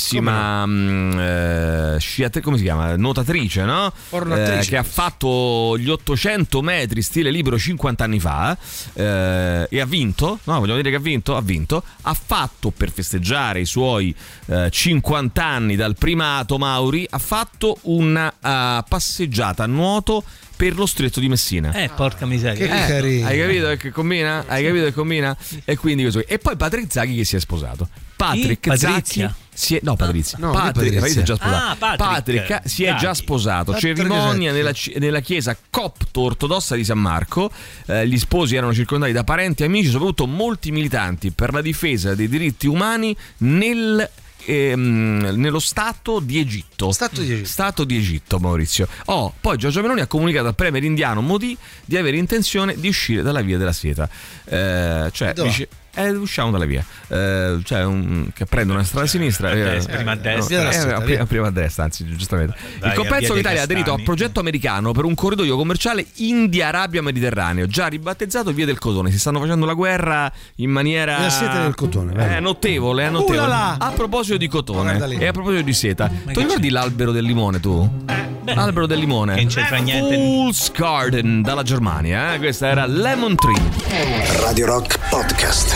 come si chiama? Nuotatrice, no? Che ha fatto gli 800 metri stile libero 50 anni fa e ha vinto, no? Vogliamo dire che ha vinto? Ha fatto, per festeggiare i suoi 50 anni dal primato Mauri, ha fatto una passeggiata a nuoto per lo stretto di Messina. Porca miseria. Che carino. Hai capito che combina? E quindi così. E poi Patrick Zacchi che si è sposato. Patrick Zacchi Patrizia è già sposato. Patrick si è già sposato. Cerimonia nella chiesa copto ortodossa di San Marco. Gli sposi erano circondati da parenti e amici, soprattutto molti militanti per la difesa dei diritti umani nello Stato di Egitto. Stato di Egitto, Maurizio. Poi Giorgia Meloni ha comunicato al premier indiano Modi di avere intenzione di uscire dalla via della seta. Dice usciamo dalle vie. Cioè che prende una strada a sinistra, prima a destra, prima a destra, anzi, giustamente. Il compenso d'Italia ha aderito a un progetto americano per un corridoio commerciale India-Arabia-Mediterraneo, già ribattezzato Via del Cotone. Si stanno facendo la guerra in maniera la seta del cotone, notevole. A proposito di cotone e a proposito di seta, tu ricordi l'albero del limone tu? L'albero del limone che non c'entra niente. Fool's Garden dalla Germania, questa era Lemon Tree. Radio Rock Podcast.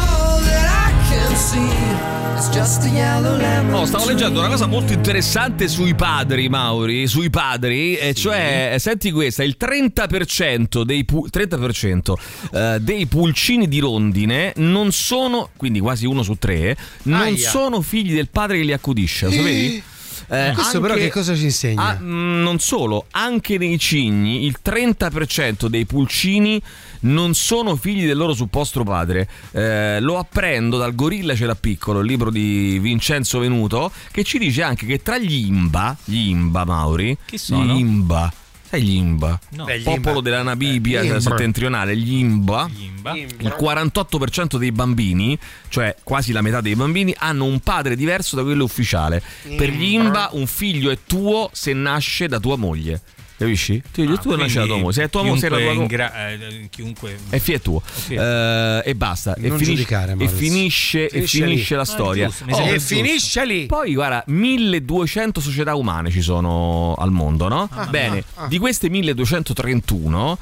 Stavo leggendo una cosa molto interessante sui padri, Mauri, e cioè, senti questa, il 30% dei pulcini di rondine non sono, quindi quasi 1 su 3, non sono figli del padre che li accudisce, lo sapevi? Questo però che cosa ci insegna? Non solo, anche nei cigni il 30% dei pulcini non sono figli del loro supposto padre. Lo apprendo dal Gorilla ce l'ha piccolo, il libro di Vincenzo Venuto, che ci dice anche che tra gli Imba, Mauri, chi sono? Gli Imba. Sai gli Imba? No. Popolo della Namibia settentrionale, gli Imba. Il 48% dei bambini, cioè quasi la metà dei bambini, hanno un padre diverso da quello ufficiale. Per gli Imba un figlio è tuo se nasce da tua moglie. Capisci? Tu nasci da tua moglie. Se è tua moglie, chiunque è tuo. E basta. Non giudicare, e finisce la storia. Finisce lì. Poi guarda, 1200 società umane ci sono al mondo, no? Bene, di queste 1231,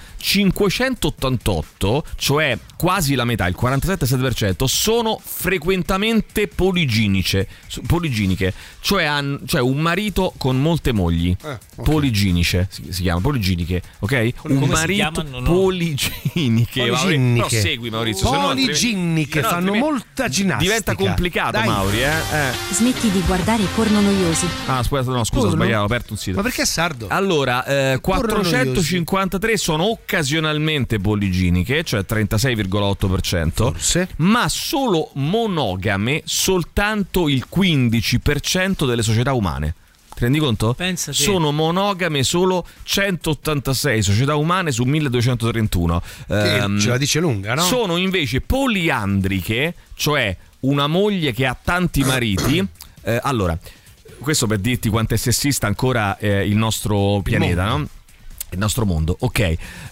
588, cioè quasi la metà, il 47,7%, sono frequentemente poliginiche, cioè un marito con molto mogli. Poliginiche si chiama, poliginiche, ok? Un marito poliginiche. Però segui, Maurizio. Poliginiche fanno molta ginnastica. Diventa complicato, dai. Mauri, Smetti di guardare porno noiosi. Scusa, ho sbagliato, ho aperto un sito. Ma perché è sardo? Allora, 453 sono occasionalmente poliginiche, cioè 36,8%. Forse. Ma solo monogame soltanto il 15% delle società umane. Ti rendi conto? Pensate. Sono monogame solo 186 società umane su 1231. Ce la dice lunga, no? Sono invece poliandriche, cioè una moglie che ha tanti mariti. Allora, questo per dirti quanto è sessista ancora il nostro pianeta, no? Il nostro mondo. Ok.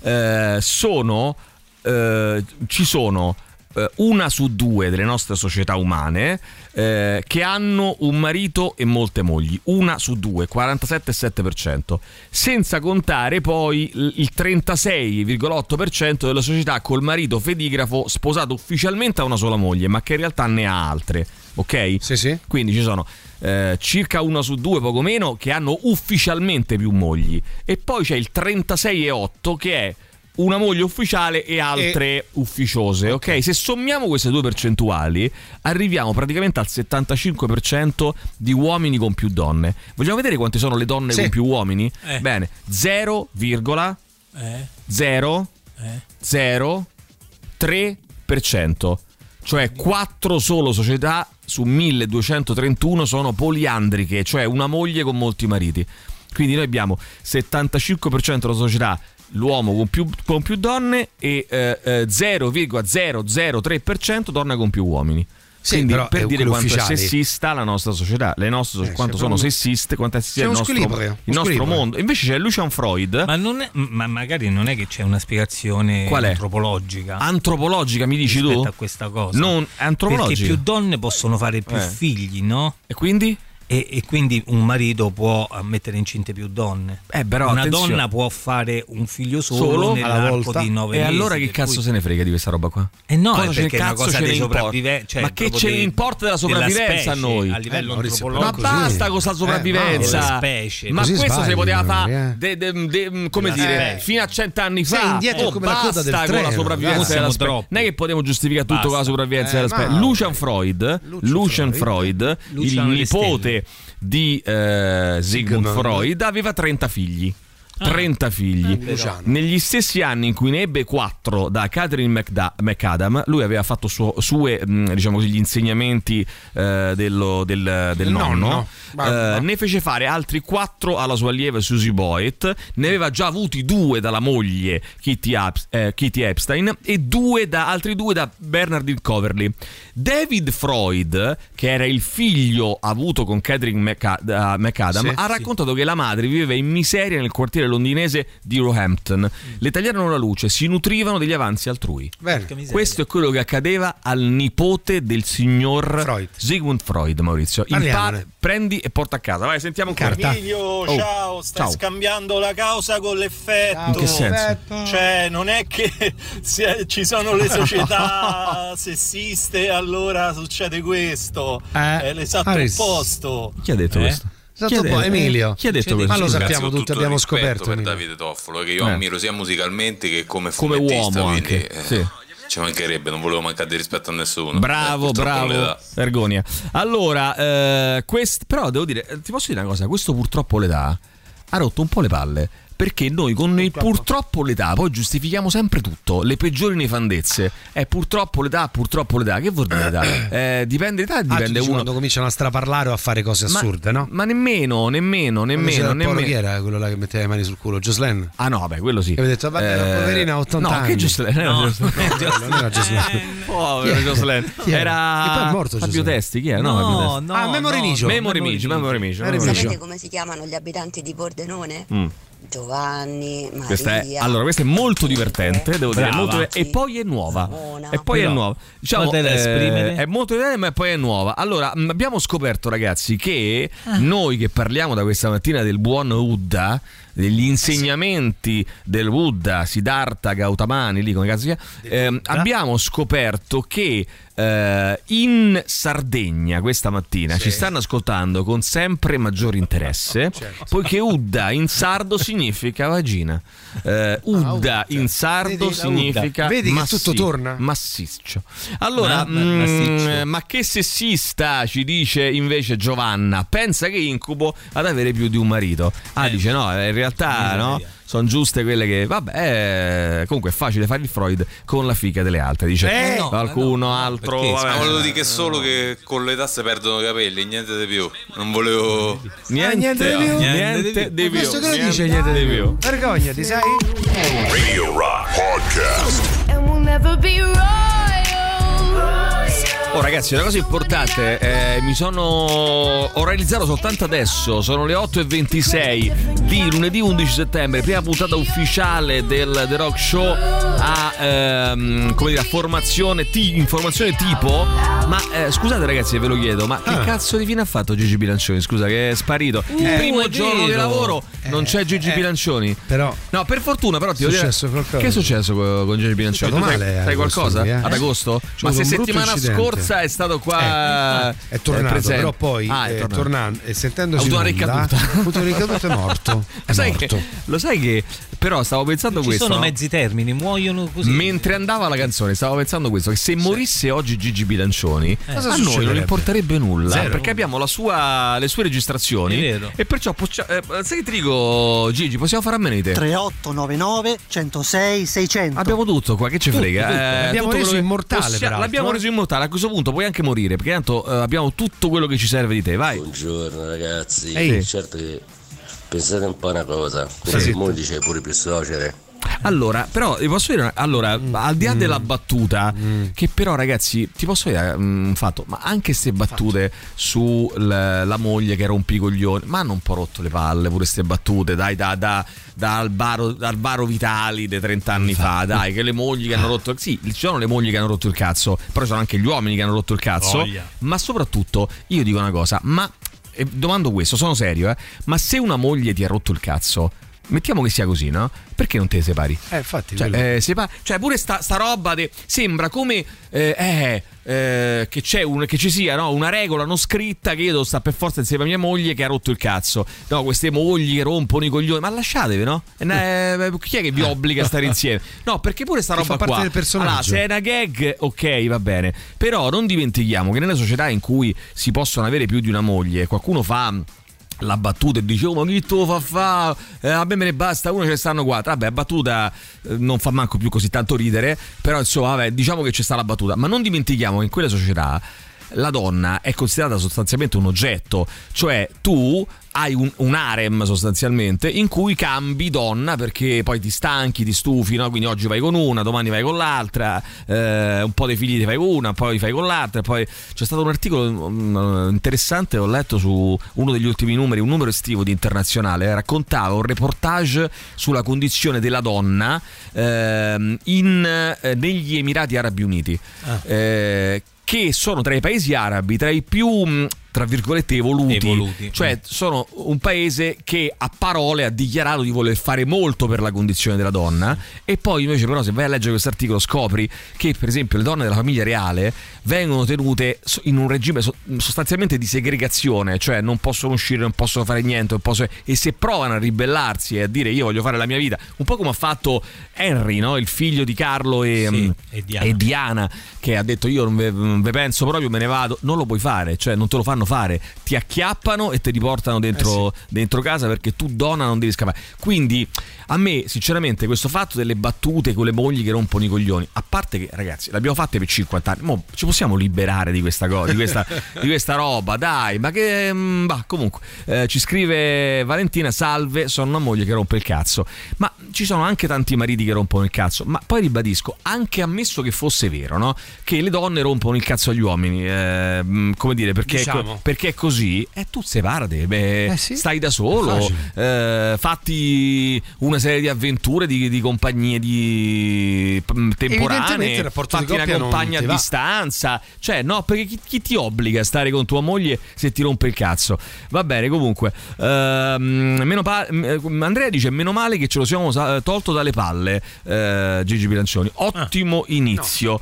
Ci sono 1 su 2 delle nostre società umane che hanno un marito e molte mogli. 1 su 2, 47,7%. Senza contare poi il 36,8% delle società col marito fedigrafo sposato ufficialmente a una sola moglie, ma che in realtà ne ha altre. Ok? Sì. Quindi ci sono circa 1 su 2, poco meno, che hanno ufficialmente più mogli. E poi c'è il 36,8% che è una moglie ufficiale e altre ufficiose, ok? Se sommiamo queste due percentuali arriviamo praticamente al 75% di uomini con più donne. Vogliamo vedere quante sono le donne con più uomini? Bene, 0,003%, cioè 4 solo società su 1231 sono poliandriche, cioè una moglie con molti mariti. Quindi noi abbiamo 75% della società l'uomo con più donne e 0,003% donne con più uomini. Quindi per dire quanto è sessista la nostra società, le nostre quanto sono sessiste, quanto è sessista il nostro mondo. Invece c'è Lucian Freud. Ma magari non è che c'è una spiegazione antropologica. Antropologica mi dici tu? Rispetto a questa cosa. Non antropologica. Perché più donne possono fare più figli, no? E quindi? E quindi un marito può mettere incinte più donne. Però una donna può fare un figlio solo nell'arco di 9 mesi. E allora che cazzo se ne frega di questa roba qua? No, perché è una cosa di sopravvivenza. Cioè ma che ce ne importa della sopravvivenza a noi? A livello antropologico. Ma basta con la sopravvivenza. Ma questo se poteva fare come dire, fino a 100 anni fa. Basta con la sopravvivenza della specie. Non è che potremmo giustificare tutto con la sopravvivenza della specie. Lucian Freud, il nipote di Sigmund Freud, aveva 30 figli. 30 figli. Negli stessi anni in cui ne ebbe 4 da Catherine McAdam, lui aveva fatto diciamo così, gli insegnamenti del nonno. Ne fece fare altri 4 alla sua allieva Susie Boyd, ne aveva già avuti 2 dalla moglie Kitty Epstein e altri 2 da Bernardine Coverley. David Freud, che era il figlio avuto con Catherine McAdam, ha raccontato che la madre viveva in miseria nel quartiere londinese di Roehampton. Le tagliarono la luce, si nutrivano degli avanzi altrui. Questo è quello che accadeva al nipote del signor Sigmund Freud, Maurizio. Prendi e porta a casa. Vai, sentiamo un carta. Emilio, ciao, stai scambiando la causa con l'effetto. In che senso? Cioè, non è che ci sono le società sessiste, allora succede questo. È l'esatto opposto. Chi ha detto questo? Emilio. Chi ha detto questo? Ma lo sappiamo tutti, abbiamo scoperto per Davide Toffolo, che io ammiro sia musicalmente che come fumettista, uomo quindi, anche. Sì. Ci mancherebbe, non volevo mancare di rispetto a nessuno. Bravo, vergogna. Allora, però devo dire, ti posso dire una cosa, questo purtroppo l'età ha rotto un po' le palle. Perché noi con il purtroppo l'età poi giustifichiamo sempre tutto, le peggiori nefandezze. È purtroppo l'età. Che vuol dire l'età? Dipende l'età, dipende uno. Quando cominciano a straparlare o a fare cose assurde, no? Ma nemmeno. Chi era quello là che metteva le mani sul culo? Jocelyn? Ah no, beh, quello sì. Che aveva detto, vabbè, poverina, ha 80 anni. No, che Jocelyn? Non era Jocelyn. Povero Jocelyn. Era e poi è morto Fabio Testi, chi è? No. Memory Migio. Sapete come si chiamano gli abitanti di Pordenone? Giovanni, Maria. Questa è molto divertente, devo dire, molto, e poi è nuova. Diciamo, è molto divertente, ma poi è nuova. Allora, abbiamo scoperto, ragazzi, che noi che parliamo da questa mattina del buon Buddha, degli insegnamenti del Buddha, Siddhartha Gautamani, lì come cazzo si chiama, abbiamo scoperto che in Sardegna questa mattina ci stanno ascoltando con sempre maggiore interesse, poiché Udda in sardo significa vagina. Udda in sardo significa vedi che tutto torna massiccio. Allora, ma che sessista, ci dice invece Giovanna, pensa che incubo ad avere più di un marito. Dice no, in realtà no, sono giuste quelle che comunque è facile fare il Freud con la fica delle altre, dice qualcuno altro. Volevo dire che solo che con l'età si perdono i capelli, niente di più. Non volevo niente di più. Questo che lo dice niente di più. Vergognati, sai? Radio Rock Podcast. And we'll never be royal. Oh ragazzi, una cosa importante, ho realizzato soltanto adesso, sono le 8:26 di lunedì 11 settembre, prima puntata ufficiale del The Rock Show a informazione tipo, ma scusate ragazzi, ve lo chiedo, ma che cazzo di fine ha fatto Gigi Bilancioni? Scusa, che è sparito il primo giorno di lavoro, non c'è Gigi Bilancioni, però no, per fortuna, però ti devo dire, che è successo con Gigi Bilancioni? Sai qualcosa? Ad agosto? Ma se settimana scorsa è stato qua, è tornato, presente. però poi tornando e sentendosi ha avuto una ricaduta, è morto. Lo sai che però stavo pensando questo. Ci sono mezzi termini, muoiono così. Mentre andava la canzone stavo pensando questo, che se morisse oggi Gigi Bilancioni a noi non importerebbe nulla, perché abbiamo le sue registrazioni, e perciò sai che ti dico, Gigi, possiamo fare a meno di te. 3899 106 600. Abbiamo tutto qua, che ci frega. L'abbiamo reso immortale, l'abbiamo reso immortale. A questo punto puoi anche morire, perché tanto abbiamo tutto quello che ci serve di te. Vai. Buongiorno ragazzi. Certo che pensate un po' una cosa, come moglie c'è pure più suocere. Allora, però ti posso dire, al di là della battuta, che però ragazzi, ti posso dire un fatto, ma anche ste battute su la moglie che rompe i coglioni, ma hanno un po' rotto le palle pure ste battute, dai, da Alvaro Vitali dei 30 anni fa, dai, che le mogli che hanno rotto, sì, ci sono le mogli che hanno rotto il cazzo, però ci sono anche gli uomini che hanno rotto il cazzo, ma soprattutto io dico una cosa, ma domando questo, sono serio, ma se una moglie ti ha rotto il cazzo, mettiamo che sia così, no? Perché non te ne separi? Infatti, cioè pure sta roba sembra come che ci sia, no, una regola non scritta che io devo stare per forza insieme a mia moglie che ha rotto il cazzo. No, queste mogli che rompono i coglioni, ma lasciatevi, no? Chi è che vi obbliga a stare insieme? No, perché pure sta roba qua del personaggio. Allora, se è una gag, ok, va bene. Però non dimentichiamo che nelle società in cui si possono avere più di una moglie, qualcuno fa la battuta e dice ma chi te lo fa a me ne basta uno, ce ne stanno 4. Vabbè, battuta non fa manco più così tanto ridere, però insomma vabbè, diciamo che c'è sta la battuta, ma non dimentichiamo che in quelle società la donna è considerata sostanzialmente un oggetto, cioè tu hai un harem sostanzialmente in cui cambi donna perché poi ti stanchi, ti stufi, no? Quindi oggi vai con una, domani vai con l'altra, un po' dei figli ti fai una, poi fai con l'altra, e poi c'è stato un articolo interessante, ho letto su uno degli ultimi numeri, un numero estivo di Internazionale, raccontava un reportage sulla condizione della donna negli Emirati Arabi Uniti, che sono tra i paesi arabi tra i più, tra virgolette, evoluti. Cioè sono un paese che a parole ha dichiarato di voler fare molto per la condizione della donna, e poi invece però se vai a leggere questo articolo scopri che per esempio le donne della famiglia reale vengono tenute in un regime sostanzialmente di segregazione, cioè non possono uscire, non possono fare niente, e se provano a ribellarsi e a dire io voglio fare la mia vita, un po' come ha fatto Henry, no? Il figlio di Carlo e Diana, che ha detto io non ve penso proprio, me ne vado, non lo puoi fare, cioè non te lo fanno fare, ti acchiappano e ti riportano dentro casa perché tu donna non devi scappare. Quindi a me sinceramente questo fatto delle battute con le mogli che rompono i coglioni, a parte che ragazzi l'abbiamo fatte per 50 anni, mo ci possiamo liberare di questa cosa, di questa roba, dai, ma che comunque ci scrive Valentina: salve, sono una moglie che rompe il cazzo. Ma ci sono anche tanti mariti che rompono il cazzo, ma poi ribadisco, anche ammesso che fosse vero, no? Che le donne rompono il cazzo agli uomini, come dire, perché diciamo. Perché è così, tu separate, stai da solo, fatti una serie di avventure, di compagnie di temporanee, fatti una compagna a distanza, cioè no, perché chi ti obbliga a stare con tua moglie se ti rompe il cazzo? Va bene, comunque Andrea dice meno male che ce lo siamo tolto dalle palle, Gigi Bilancioni, ottimo inizio.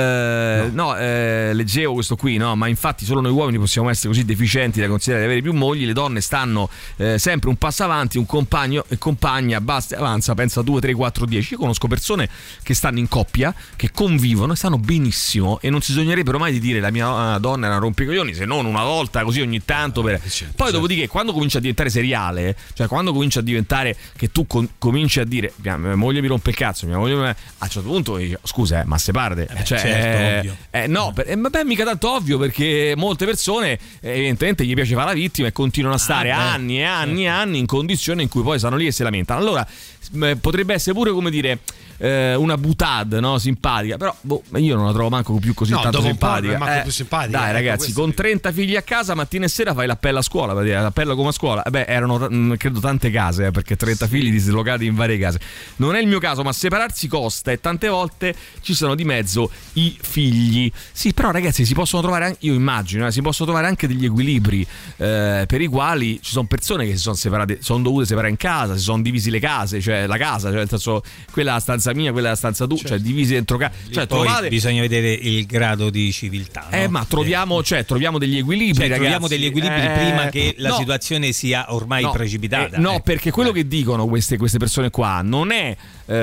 Leggevo questo qui, no, ma infatti solo noi uomini possiamo essere così deficienti da considerare di avere più mogli, le donne stanno sempre un passo avanti, un compagno e compagna basta avanza, pensa 2, 3, 4, 10. Io conosco persone che stanno in coppia, che convivono e stanno benissimo e non si sognerebbero mai di dire la mia donna è una rompicoglioni, se non una volta così ogni tanto poi dopodiché quando comincia a diventare seriale, cioè quando comincia a diventare che tu cominci a dire mia moglie mi rompe il cazzo, mia moglie a un certo punto dici, scusa ma separate, certo, ovvio. Mica tanto ovvio, perché molte persone evidentemente gli piace fare la vittima e continuano a stare anni e anni e anni in condizioni in cui poi stanno lì e si lamentano. Allora potrebbe essere pure, come dire, una butade, no? Simpatica, però io non la trovo manco più così tanto simpatica. Più simpatica. Dai ragazzi, con 30 figli a casa, mattina e sera fai l'appello a scuola, l'appello come a scuola. Erano credo tante case, perché 30 figli dislocati in varie case. Non è il mio caso, ma separarsi costa e tante volte ci sono di mezzo i figli. Sì, però ragazzi si possono trovare, io immagino, si possono trovare anche degli equilibri per i quali ci sono persone che si sono separate, sono dovute separare in casa, si sono divisi le case, cioè la casa, cioè nel senso quella è la stanza mia, quella è la stanza tua, cioè divisi dentro casa, cioè trovate... bisogna vedere il grado di civiltà, no? Ma troviamo degli equilibri, ragazzi. Troviamo degli equilibri prima che la situazione sia ormai precipitata. Perché quello che dicono queste persone qua non è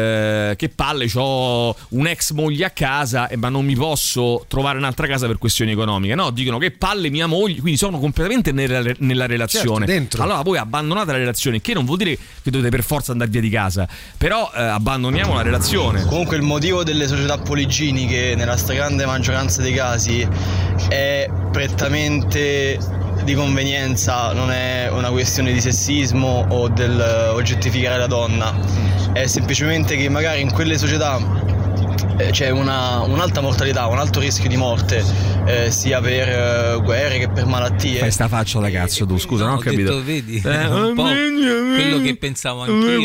che palle, c'ho un'ex moglie a casa ma non mi posso trovare un'altra casa per questioni economiche, no, dicono che palle mia moglie, quindi sono completamente nella relazione, dentro. Allora voi abbandonate la relazione, che non vuol dire che dovete per forza andare via di casa, però abbandoniamo la relazione. Comunque il motivo delle società poliginiche nella stragrande maggioranza dei casi è prettamente di convenienza, non è una questione di sessismo o del oggettificare la donna, è semplicemente che magari in quelle società c'è un'alta mortalità, un alto rischio di morte, sia per guerre che per malattie. Fai sta faccia da cazzo tu, scusa, non ho capito. Vedi, un po' quello che pensavo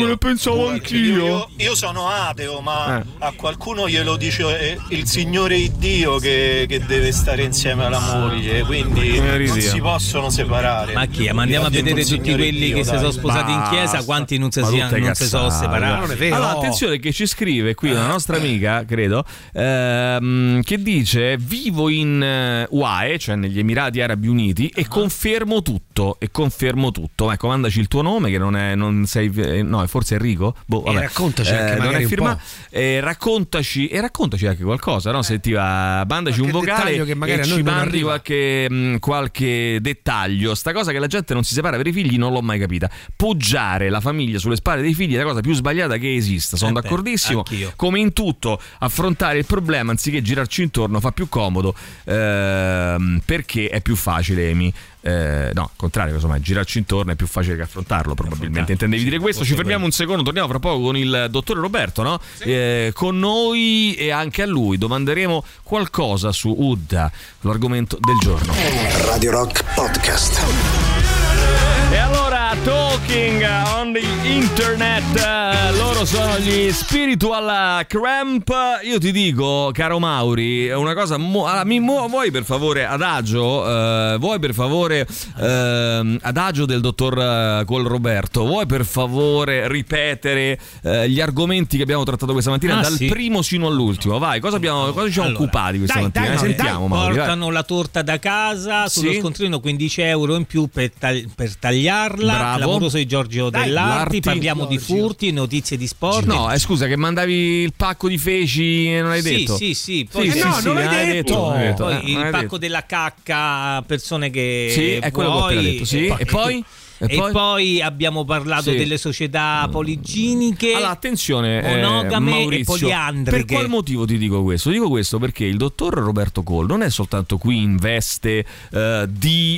anch'io. Io sono ateo, ma a qualcuno glielo dice il Signore Iddio che deve stare insieme alla moglie, quindi non si possono separare. Ma chi? Ma andiamo a vedere tutti quelli che si sono sposati in chiesa, quanti non si sono separati. Non è vero. Allora attenzione che ci scrive qui una nostra amica, credo credo, che dice: vivo in UAE, cioè negli Emirati Arabi Uniti, e confermo tutto. Ecco, mandaci il tuo nome, che non sei, no, forse Enrico. Vabbè. Raccontaci anche non magari è firma, raccontaci anche qualcosa, no? Se ti va, mandaci un vocale che magari e a noi ci non mandi arriva. qualche dettaglio. Sta cosa che la gente non si separa per i figli non l'ho mai capita. Poggiare la famiglia sulle spalle dei figli è la cosa più sbagliata che esista. Sono d'accordissimo. Come in tutto, affrontare il problema anziché girarci intorno fa più comodo, perché è più facile, Emi. No, al contrario, insomma, girarci intorno è più facile che affrontarlo, probabilmente. Intendevi dire questo? Ci fermiamo un secondo, torniamo fra poco con il dottore Roberto, no? Sì. Con noi, e anche a lui domanderemo qualcosa su Udda, l'argomento del giorno. Radio Rock Podcast. E allora, Talking on the Internet, loro sono gli Spiritual Cramp. Io ti dico, caro Mauri, una cosa, vuoi per favore adagio, adagio del dottor Col Roberto, vuoi per favore ripetere gli argomenti che abbiamo trattato questa mattina dal primo sino all'ultimo? Vai, cosa ci siamo occupati questa mattina? Sentiamo, Mauri. Portano la torta da casa, sullo scontrino 15 euro in più per tagliarla. Bravo. Clamoroso di Giorgio Dell'Arti. Parliamo di furti, notizie di sport. No, scusa, che mandavi il pacco di feci e non l'hai detto? Sì. Poi non l'hai detto. Poi il pacco della cacca, persone che sì, è quello che ho detto. Sì. E poi? E poi abbiamo parlato delle società poliginiche, allora, attenzione, monogame, Maurizio, e poliandriche. Per qual motivo ti dico questo? Dico questo perché il dottor Roberto Cole non è soltanto qui in veste di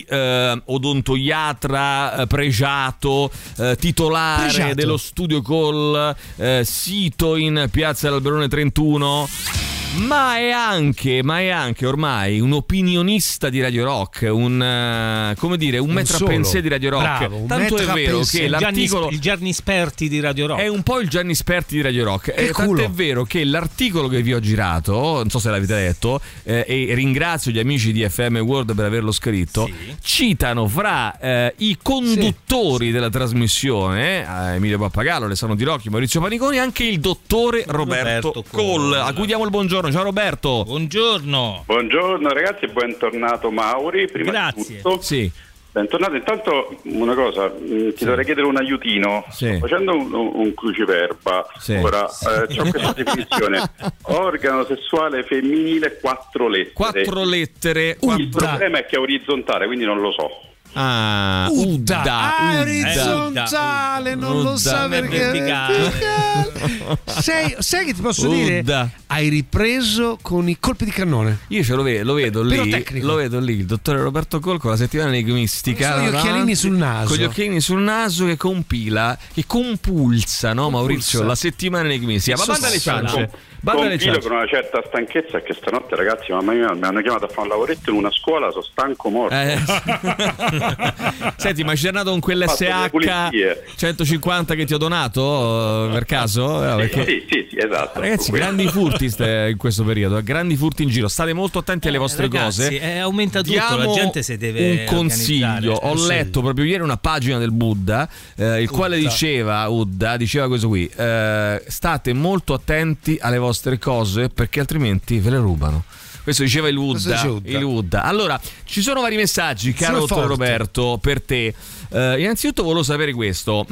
odontoiatra pregiato, titolare dello studio Cole, sito in piazza dell'Alberone 31, ma è anche ormai un opinionista di Radio Rock, un maître à penser di Radio Rock. Bravo, tanto è vero che l'articolo, il Gianni Sperti di Radio Rock, è un po' il Gianni Sperti di Radio Rock. Tanto è vero che l'articolo che vi ho girato, non so se l'avete letto, e ringrazio gli amici di FM World per averlo scritto, citano fra i conduttori della trasmissione, Emilio Pappagallo, Alessandro Di Rocchi, Maurizio Paniconi, anche il dottore Roberto Cole, a cui diamo il buongiorno. Ciao Roberto. Buongiorno ragazzi, bentornato Mauri. Prima di tutto, bentornato. Intanto una cosa, ti dovrei chiedere un aiutino. Sto facendo un cruciverba. Ora c'ho questa definizione: organo sessuale femminile, 4 lettere. 4 lettere. Il problema è che è orizzontale, quindi non lo so. Udda. Orizzontale, non lo sa perché. Sai che ti posso dire? Hai ripreso con i colpi di cannone. Io lo vedo lì, il dottore Roberto Cole con la settimana enigmistica, con gli occhialini sul naso. Con gli occhialini sul naso che compulsa, no, Maurizio, la settimana enigmistica. Ma banda le ciance. Compilo con una certa stanchezza, che stanotte ragazzi, mamma mia, mi hanno chiamato a fare un lavoretto in una scuola, sono stanco morto. Senti, ma ci è nato con quell'SH 150 che ti ho donato per caso? Sì, esatto. Ragazzi, grandi furti in questo periodo, grandi furti in giro, state molto attenti alle vostre cose. Aumenta tutto, la gente si deve un consiglio. Ho letto proprio ieri una pagina del Buddha, il quale diceva questo qui: state molto attenti alle vostre cose perché altrimenti ve le rubano. Questo diceva il Buddha. Allora, ci sono vari messaggi, caro dottore Roberto, per te. Innanzitutto volevo sapere questo: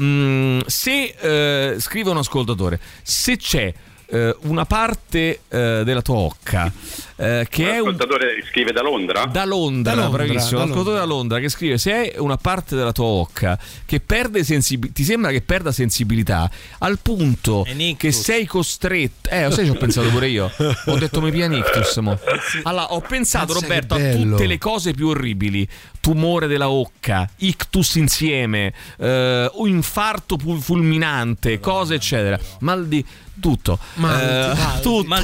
se scrive un ascoltatore, se c'è una parte della tua occa che è un ascoltatore scrive da Londra, bravissimo, un ascoltatore da Londra che scrive: se è una parte della tua occa che perde ti sembra che perda sensibilità al punto che sei costretto, sai, ci ho pensato pure io, ho detto mi pia nictus, allora ho pensato, Roberto, a tutte le cose più orribili: tumore della occa, ictus insieme, infarto fulminante, cose eccetera, mal di tutto, mal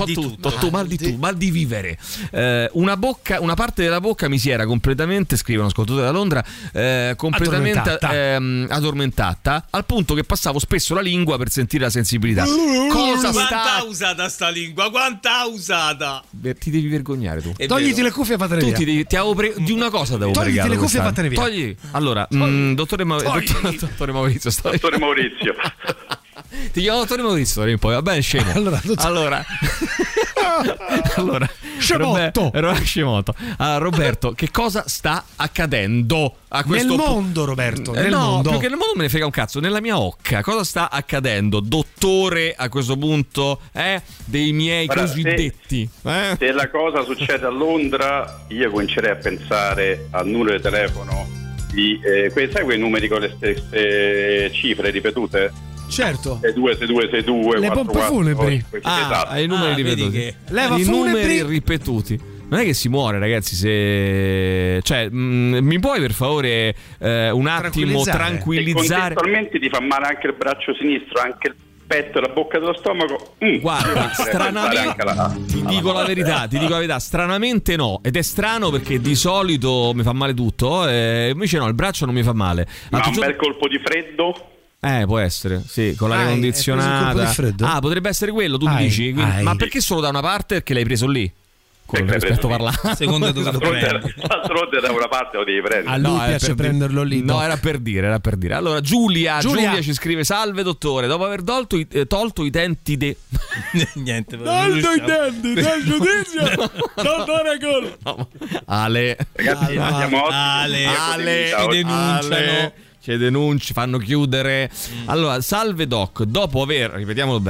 di vivere. Una parte della bocca mi si era completamente, scrive un ascoltatore da Londra, completamente addormentata, al punto che passavo spesso la lingua per sentire la sensibilità. Quanta usata sta lingua? Quanta usata? Ti devi vergognare tu. Togliti le cuffie e fatele via. Di una cosa devo pregare. Togliti le cuffie e fatele via. Allora, dottore Maurizio. Dottore Maurizio. Ti chiamo dottore Maurizio poi, va bene, scemo. Allora Allora, Scemotto. Roberto, che cosa sta accadendo a questo mondo, Roberto? Nel no, mondo. Più che nel mondo me ne frega un cazzo. Nella mia occa, cosa sta accadendo, dottore? A questo punto, dei miei cosiddetti. Se la cosa succede a Londra, io comincerei a pensare al numero di telefono sai quei numeri con le stesse cifre ripetute? Certo. 6262 le pompe funebri. Esatto. I numeri ripetuti. I numeri ripetuti. Non è che si muore, ragazzi, se mi puoi per favore un attimo tranquillizzare? Contestualmente ti fa male anche il braccio sinistro, anche il petto e la bocca dello stomaco. Guarda, stranamente ti dico la verità, stranamente no, ed è strano perché di solito mi fa male tutto, invece no, il braccio non mi fa male. Ma un bel colpo di freddo? Può essere, sì, con l'aria condizionata. Potrebbe essere quello, tu dici? Ma perché solo da una parte? Perché l'hai preso lì? Rispetto parlando, secondo te d'altronde da una parte lo devi prendere. A lui piace prenderlo lì. No, era per dire. Allora Giulia ci scrive: salve dottore, dopo aver tolto i denti niente, tolto i denti del giudizio dottore Gol. Ale, ragazzi, andiamo Ale ci denunciano. Ci denunci, fanno chiudere. Allora, salve doc, dopo aver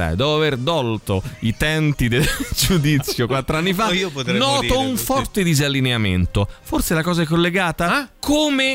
tolto i denti del giudizio 4 anni fa, noto un forte disallineamento. Forse la cosa è collegata? Come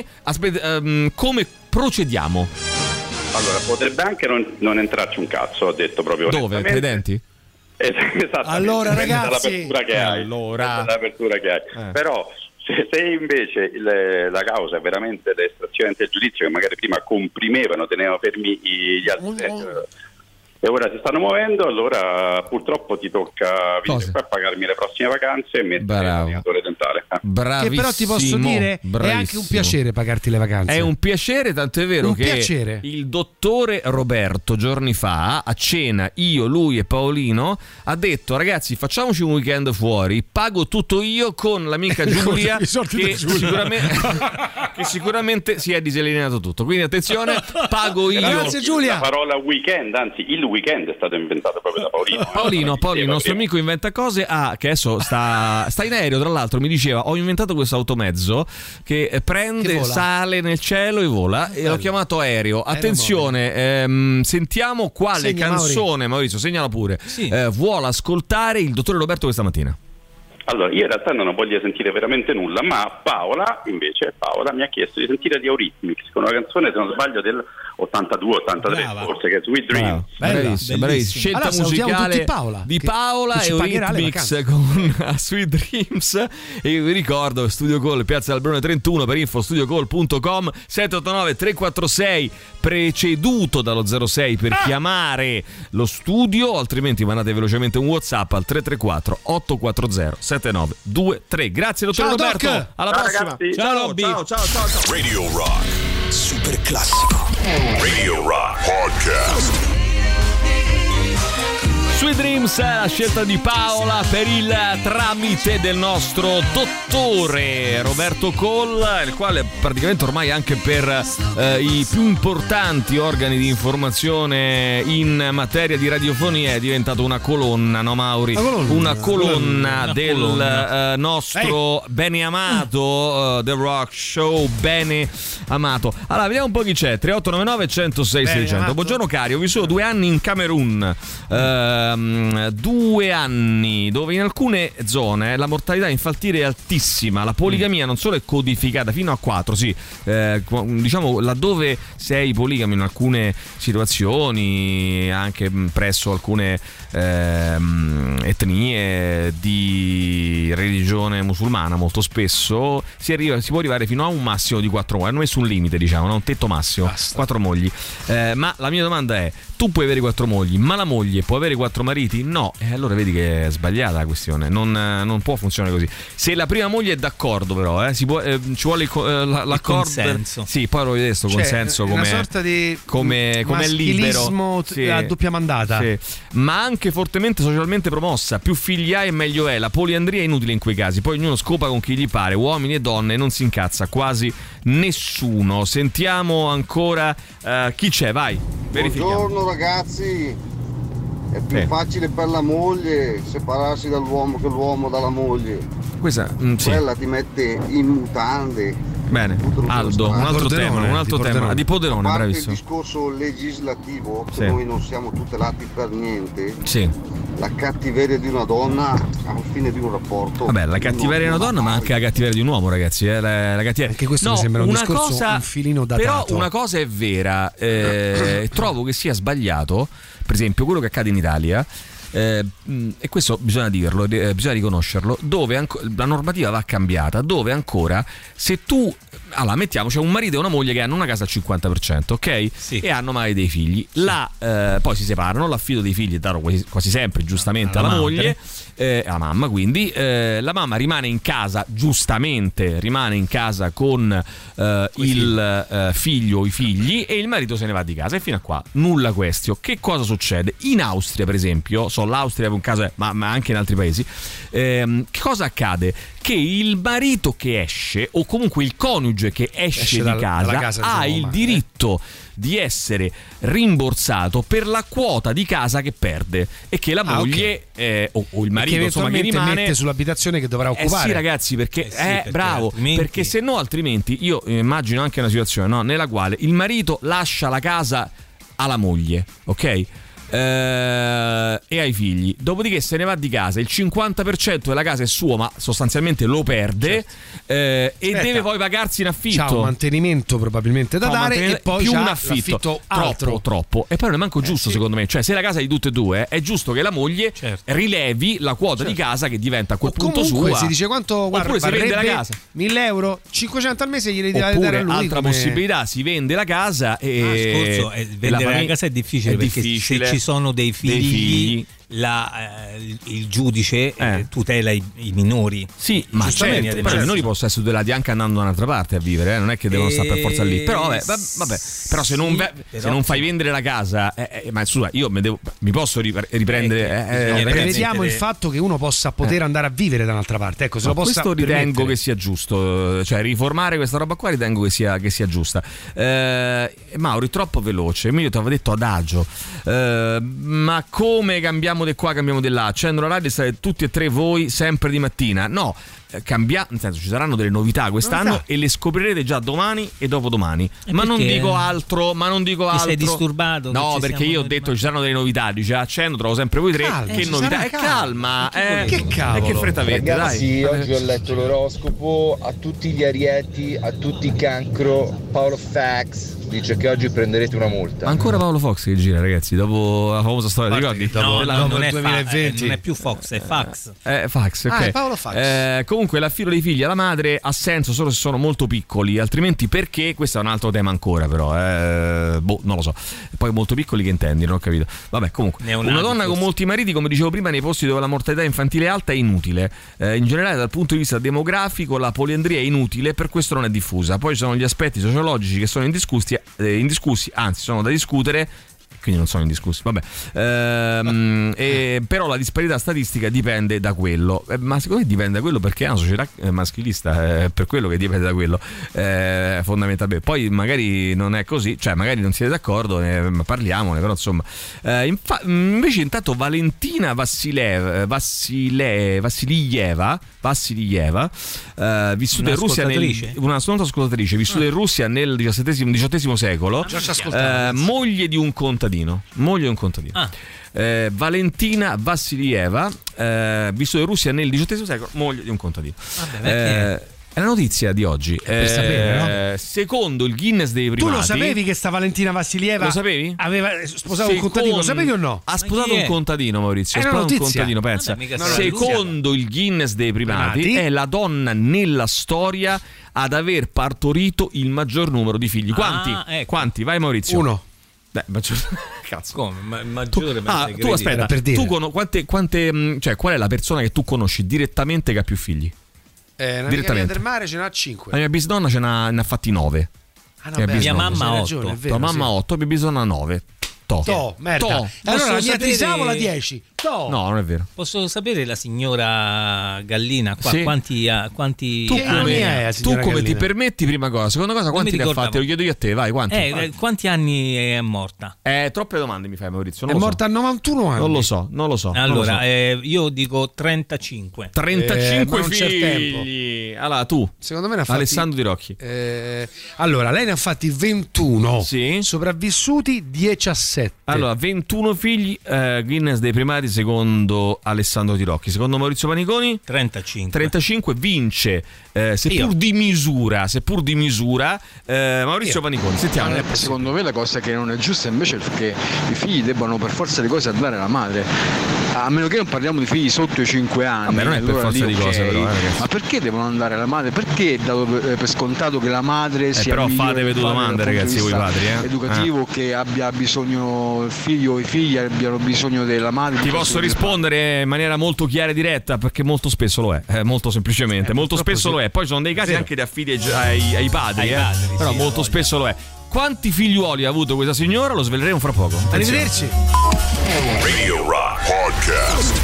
procediamo? Allora, potrebbe anche non entrarci un cazzo, ho detto proprio. Dove? Tra i denti? Esattamente. Allora, ragazzi, l'apertura che hai. Però se invece la causa è veramente l'estrazione del giudizio, che magari prima comprimevano, tenevano fermi gli altri e ora si stanno muovendo, allora purtroppo ti tocca venire qua a pagarmi le prossime vacanze e mettere l'allineatore dentale. Bravissimo. Che però ti posso dire è anche un piacere pagarti le vacanze. È un piacere, tanto è vero il dottore Roberto giorni fa a cena, lui e Paolino, ha detto: ragazzi, facciamoci un weekend fuori, pago tutto io con l'amica Giulia che sicuramente si è disallineato tutto, quindi attenzione, pago io. Grazie Giulia. La parola weekend, anzi il weekend è stato inventato proprio da Paolino. Paolino, il nostro amico inventa cose. Che adesso sta in aereo, tra l'altro mi diceva: ho inventato questo automezzo che prende, sale nel cielo e vola, e l'ho chiamato aereo. Attenzione, sentiamo quale canzone, Maurizio, segnala pure, vuole ascoltare il dottore Roberto questa mattina. Allora, io in realtà non voglio sentire veramente nulla, ma Paola mi ha chiesto di sentire di Eurythmics con una canzone, se non sbaglio, del 82-83 forse, che è Sweet Dreams. Bellissima. Scelta musicale di Paola, Eurythmics con Sweet Dreams. E io vi ricordo Studio Call, Piazza Alberone 31, per info studiocall.com, 789 346 preceduto dallo 06 per chiamare lo studio, altrimenti mandate velocemente un WhatsApp al 334 840 7923. Grazie dottor Roberto. Doc. Alla prossima. Ciao. Radio Rock super classico. Radio Rock Podcast. Sweet Dreams, la scelta di Paola per il tramite del nostro dottore Roberto Coll, il quale praticamente ormai anche per i più importanti organi di informazione in materia di radiofonia è diventato una colonna, no Mauri? Una colonna del nostro bene amato The Rock Show, bene amato. Allora, vediamo un po' chi c'è. 3899 106 600. Buongiorno cari, ho vissuto 2 anni in Camerun. 2 anni dove in alcune zone la mortalità infantile è altissima, la poligamia non solo è codificata fino a 4, diciamo laddove sei poligamo in alcune situazioni, anche presso alcune etnie di religione musulmana, molto spesso si può arrivare fino a un massimo di 4 mogli, hanno messo un limite, diciamo, un tetto massimo. Basta. 4 mogli. Ma la mia domanda è: tu puoi avere 4 mogli, ma la moglie può avere 4 mariti? No, e allora vedi che è sbagliata la questione, non può funzionare così. Se la prima moglie è d'accordo, però ci vuole l'accordo, consenso. Sì, poi lo vedete sto consenso come una sorta di come libero, a doppia mandata, sì. Ma anche fortemente socialmente promossa. Più figli hai e meglio è. La poliandria è inutile in quei casi, poi ognuno scopa con chi gli pare, uomini e donne, non si incazza quasi nessuno. Sentiamo ancora chi c'è, vai, verifichiamo. Buongiorno ragazzi, È più facile per la moglie separarsi dall'uomo che l'uomo dalla moglie. Quella ti mette in mutande. Bene, Aldo, un altro tema di Pordenone, bravissimo. Il discorso legislativo, che noi non siamo tutelati per niente. Sì. La cattiveria di una donna alla fine di un rapporto. Vabbè, la cattiveria di una donna, ma anche la cattiveria di un uomo, ragazzi. La cattiveria. Anche questo mi sembra un discorso un filino datato. Però una cosa è vera, trovo che sia sbagliato, per esempio, quello che accade in Italia. E questo bisogna dirlo, bisogna riconoscerlo, dove la normativa va cambiata, dove ancora se tu mettiamo c'è un marito e una moglie che hanno una casa al 50%, ok? Sì. E hanno magari dei figli, poi si separano, l'affido dei figli è dato quasi sempre giustamente alla moglie, alla mamma, quindi la mamma rimane in casa, giustamente rimane in casa con il figlio o i figli, e il marito se ne va di casa, e fino a qua nulla questio. Che cosa succede? In Austria, per esempio, l'Austria è un caso, ma anche in altri paesi, che cosa accade? Che il marito che esce, o comunque il coniuge che esce di casa ha il diritto di essere rimborsato per la quota di casa che perde, e che la moglie o il marito, insomma, che rimane, mette sull'abitazione che dovrà occupare. Sì, ragazzi, perché bravo, perché se no altrimenti io immagino anche una situazione, no, nella quale il marito lascia la casa alla moglie, ok? E ai figli, dopodiché se ne va di casa, il 50% della casa è suo, ma sostanzialmente lo perde, e deve poi pagarsi in affitto. C'ha un mantenimento probabilmente da dare, e poi più c'ha un affitto altro. Troppo. E poi non è manco giusto, secondo me. Cioè, se la casa è di tutte e due, è giusto che la moglie rilevi la quota di casa che diventa a quel punto sua. Si dice quanto, oppure si vende la casa, 1.000 euro, 500 al mese glieli deve dare a lui. Altra possibilità, si vende la casa e vendere la casa è difficile, perché se ci sono dei figli, il giudice tutela i minori. Sì, ma certo, però i minori possono essere tutelati anche andando da un'altra parte a vivere, non è che devono stare per forza lì. Però vabbè, però se non fai vendere la casa, ma scusa, io mi posso riprendere. Prevediamo il fatto che uno possa poter andare a vivere da un'altra parte. Ecco, se lo possa questo ritengo che sia giusto, cioè riformare questa roba qua ritengo che sia giusta. Mauri, troppo veloce. Io ti avevo detto adagio, ma come cambiamo di qua, cambiamo di là, accendo la radio e state tutti e tre voi sempre di mattina? No, nel senso, ci saranno delle novità quest'anno e le scoprirete già domani e dopodomani. Ma non dico altro. Ti sei disturbato? No, perché io ho detto ci saranno delle novità. Dice accendo, trovo sempre voi tre. Che novità? Calma. Che cavolo. Che fretta avete, ragazzi, oggi ho letto l'oroscopo. A tutti gli Arieti, a tutti i Cancro, Paolo Fax dice che oggi prenderete una multa. Ancora Paolo Fox che gira, ragazzi, dopo la famosa storia, ti ricordi? No, non è 2020. Non è più Fox, è Fax. Fax, ok. È Paolo Fax. Comunque l'affido dei figli alla madre ha senso solo se sono molto piccoli, altrimenti perché? Questo è un altro tema ancora, però non lo so. Poi molto piccoli che intendi, non ho capito. Vabbè, comunque una donna con molti mariti, come dicevo prima, nei posti dove la mortalità infantile è alta è inutile. In generale, dal punto di vista demografico, la poliandria è inutile, per questo non è diffusa. Poi ci sono gli aspetti sociologici che sono indiscussi, anzi sono da discutere, quindi non sono indiscussi, vabbè. Però la disparità statistica dipende da quello, ma secondo me dipende da quello perché è una società maschilista, è per quello che dipende da quello, fondamentalmente. Poi magari non è così, cioè magari non siete d'accordo, parliamone, però insomma. Invece intanto Valentina Vassilieva, vissuta in Russia una ascoltatrice vissuta in Russia nel XVIII secolo, moglie di un contadino. Valentina Vassilieva, vissuta in Russia nel XVIII secolo, moglie di un contadino. È la notizia di oggi. Per sapere, no? Secondo il Guinness dei primati. Tu lo sapevi che sta Valentina Vassilieva? Lo sapevi? Aveva sposato un contadino, lo sapevi o no? Ha sposato un contadino, Maurizio. Ha sposato un contadino, pensa. Secondo il Guinness dei primati è la donna nella storia ad aver partorito il maggior numero di figli. Quanti? Ecco. Quanti? Vai, Maurizio. 1. Cazzo. Come? Maggiore tu aspetta, per dire. Cioè, qual è la persona che tu conosci direttamente che ha più figli? Direttamente del mare ce n'ha 5. La mia bisnonna ne ha fatti 9. Mia mamma 8. Tua mamma 8, mia bisnonna 9. merda. Allora la mia trisavola 10. No, non è vero. Posso sapere la signora Gallina Sì. quanti Tu anni come, ti permetti, prima cosa? Seconda cosa, quanti ne ha fatti? Lo chiedo io a te, vai, quanti? Quanti anni è morta? Troppe domande mi fai, Maurizio. È morta a 91 anni. Non lo so. Allora, io dico 35. 35 non c'è figli. Allora, tu. Secondo me ne ha fatti Alessandro Di Rocchi. Allora, lei ne ha fatti 21. Sì. Sopravvissuti 17. Allora, 21 figli, Guinness dei primati secondo Alessandro Di Rocchi. Secondo Maurizio Paniconi 35 vince, seppur di misura. Maurizio Paniconi, sentiamo. Secondo me la cosa che non è giusta invece è che i figli debbano per forza di cose andare alla madre, a meno che non parliamo di figli sotto i 5 anni. Vabbè, non è per forza di cose, però, ma perché devono andare alla madre? Perché è dato per scontato che la madre sia però fatevi due domande, ragazzi, voi padri, educativo, che abbia bisogno il figlio o i figli abbiano bisogno della madre. Ti posso rispondere in maniera molto chiara e diretta, perché molto spesso lo è, molto semplicemente, molto spesso lo è. Poi ci sono dei casi anche di affidi ai padri, però molto spesso lo è. Quanti figliuoli ha avuto questa signora? Lo sveleremo fra poco. Arrivederci. Radio Rock Podcast.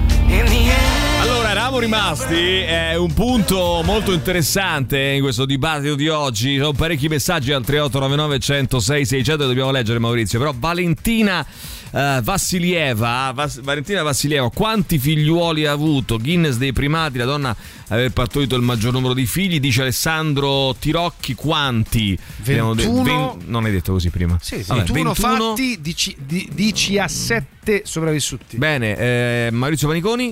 Allora, eravamo rimasti, un punto molto interessante in questo dibattito di oggi. Sono parecchi messaggi al 3899 106 600 che dobbiamo leggere, Maurizio. Però Valentina Vassilieva, quanti figliuoli ha avuto? Guinness dei primati, la donna aver partorito il maggior numero di figli. Dice Alessandro Tirocchi, quanti? 21. Non hai detto così prima. Sì. 21 fatti, dici a 7 sopravvissuti. Bene, Maurizio Paniconi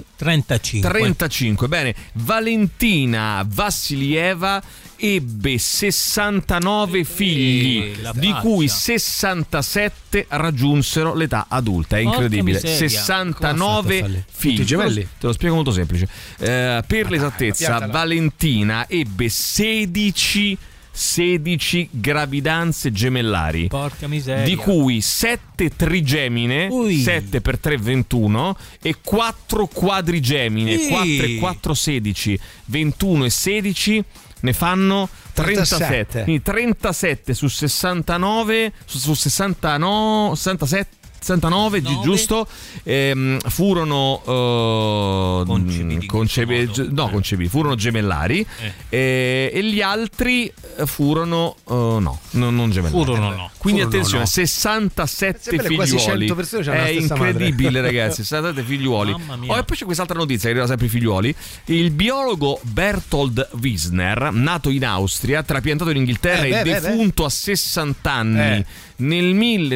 35. Bene, Valentina Vassilieva ebbe 69 figli, di cui 67 raggiunsero l'età adulta. È incredibile. 69 figli. Gemelli. Te lo spiego molto semplice. Per l'esattezza, Valentina ebbe 16 gravidanze gemellari. Porca miseria. Di cui 7 trigemine, 7 per 3 21, e 4 quadrigemine, 4 e 4 16, 21 e 16 ne fanno 37. Quindi 37 su 69 su 69 giusto, furono concepiti, furono gemellari, e gli altri furono non gemellari. Quindi attenzione, 67 figliuoli. È incredibile, ragazzi, 67 figliuoli. E poi c'è quest'altra notizia che arriva sempre ai figliuoli. Il biologo Bertold Wiesner, nato in Austria, trapiantato in Inghilterra e defunto a 60 anni nel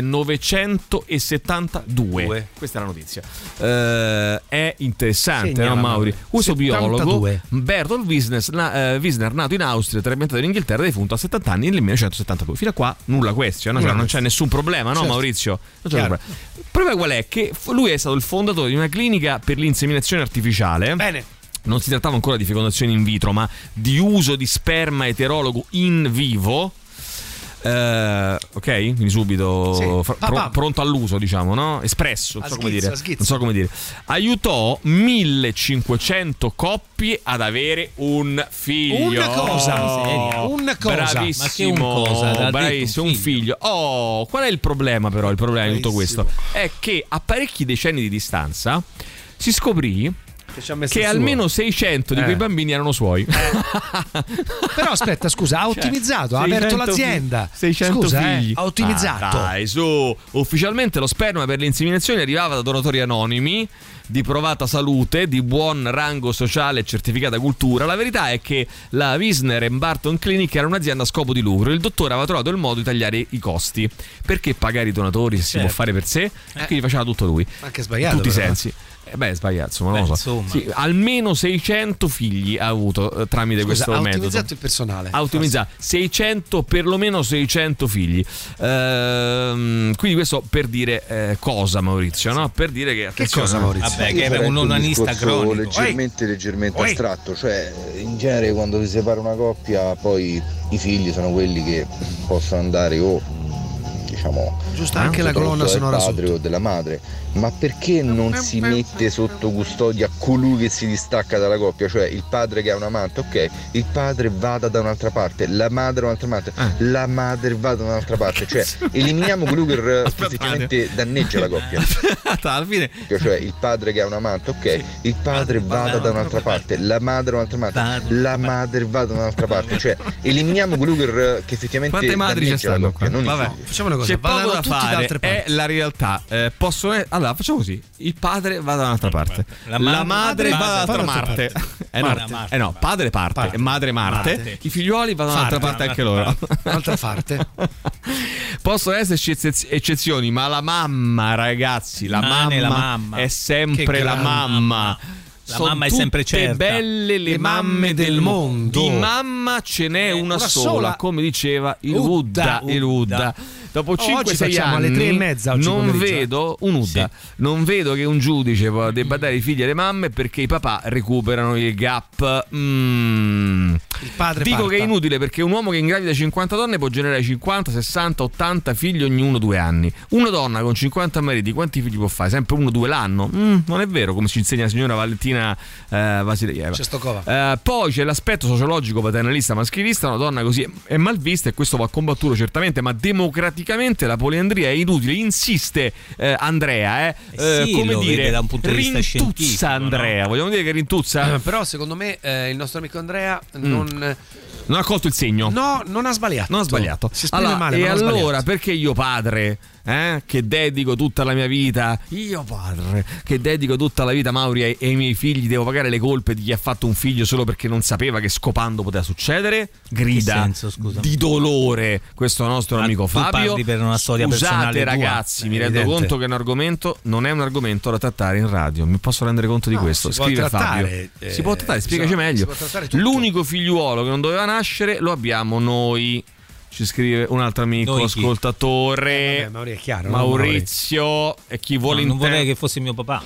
1972. Questa è la notizia. È interessante, no, Mauri? Questo biologo Bertold Wiesner, nato in Austria, trapiantato in Inghilterra, defunto a 70 anni nel 1972. Fino a qua nulla question, cioè non c'è nessun problema, no, Maurizio? Non c'è problema. Il problema qual è? Che lui è stato il fondatore di una clinica per l'inseminazione artificiale. Bene. Non si trattava ancora di fecondazione in vitro, ma di uso di sperma eterologo in vivo. Ok, quindi subito pronto all'uso, diciamo, no? Espresso, non so come dire. Aiutò 1500 coppie ad avere un figlio. Una cosa. Bravissimo, un figlio. Qual è il problema, però? Il problema di tutto questo è che a parecchi decenni di distanza si scoprì che almeno 600 di quei bambini erano suoi. Però aspetta, scusa, ha ottimizzato, ha aperto l'azienda. 600 figli. Ha ottimizzato. Dai, su. Ufficialmente lo sperma per le inseminazioni arrivava da donatori anonimi di provata salute, di buon rango sociale e certificata cultura. La verità è che la Wiesner Barton Clinic era un'azienda a scopo di lucro. Il dottore aveva trovato il modo di tagliare i costi. Perché pagare i donatori se si può fare per sé? Quindi faceva tutto lui. Anche sbagliato. In tutti i sensi. Sbagliato, insomma, non lo so. Sì, almeno 600 figli ha avuto tramite questo metodo. Ha ottimizzato il personale. Ha ottimizzato 600, perlomeno 600 figli. Quindi questo per dire cosa, Maurizio, no? Per dire che cosa, Maurizio? Vabbè, che è un onanista cronico. Leggermente astratto, cioè in genere quando si separa una coppia, poi i figli sono quelli che possono andare diciamo, giusto, anche la colonna sonora del padre o della madre, ma perché non si mette sotto custodia colui che si distacca dalla coppia, cioè il padre che ha un amante, ok, il padre vada da un'altra parte, la madre da un'altra parte, la madre va da un'altra parte, cioè eliminiamo colui che effettivamente danneggia la coppia. Alla fine, cioè il padre che ha un amante, ok, il padre vada da un'altra parte, la madre da un'altra parte, la madre va da un'altra parte, cioè eliminiamo colui che effettivamente quante madri ci stanno qua? Vabbè, facciamo una cosa, c'è poco da fare, è la realtà. Allora facciamo così: il padre va da un'altra parte, la madre va dall'altra parte. No, padre parte, madre Marte. I figliuoli vanno dall'altra parte anche loro. Un'altra parte. Possono esserci eccezioni, ma la mamma, ragazzi, la mamma è sempre la mamma. La mamma è sempre certa. Belle le mamme del mondo. Di mamma ce n'è una sola, come diceva il Buddha. Dopo 5-6 anni alle 3:30 non vedo che un giudice debba dare i figli alle mamme perché i papà recuperano il gap. Il padre dico che è inutile perché un uomo che ingravida 50 donne può generare 50, 60, 80 figli ogni 1-2 anni. Una donna con 50 mariti quanti figli può fare? Sempre 1-2 l'anno? Non è vero, come ci insegna la signora Valentina Vasileva. Poi c'è l'aspetto sociologico paternalista maschilista. Una donna così è mal vista e questo va combattuto certamente, ma democraticamente la poliandria è inutile. Insiste Andrea, sì, come dire, da un punto di vista scientifico, Andrea, no? Vogliamo dire che rintuzza? Però secondo me il nostro amico Andrea non ha colto il segno. No, non ha sbagliato. Si esprime male, e ma non allora perché io padre, che dedico tutta la mia vita, io padre che dedico tutta la vita, Mauri, ai miei figli, devo pagare le colpe di chi ha fatto un figlio solo perché non sapeva che scopando poteva succedere? Grida di dolore questo nostro amico Fabio. Per una storia Scusate ragazzi, mi rendo conto che non è un argomento da trattare in radio, mi posso rendere conto di questo. Scrive Fabio, si può trattare, spiegaci meglio. L'unico figliuolo che non doveva nascere lo abbiamo noi. Ci scrive un altro amico ascoltatore, Maurizio, e chi vuole non vorrei che fosse mio papà.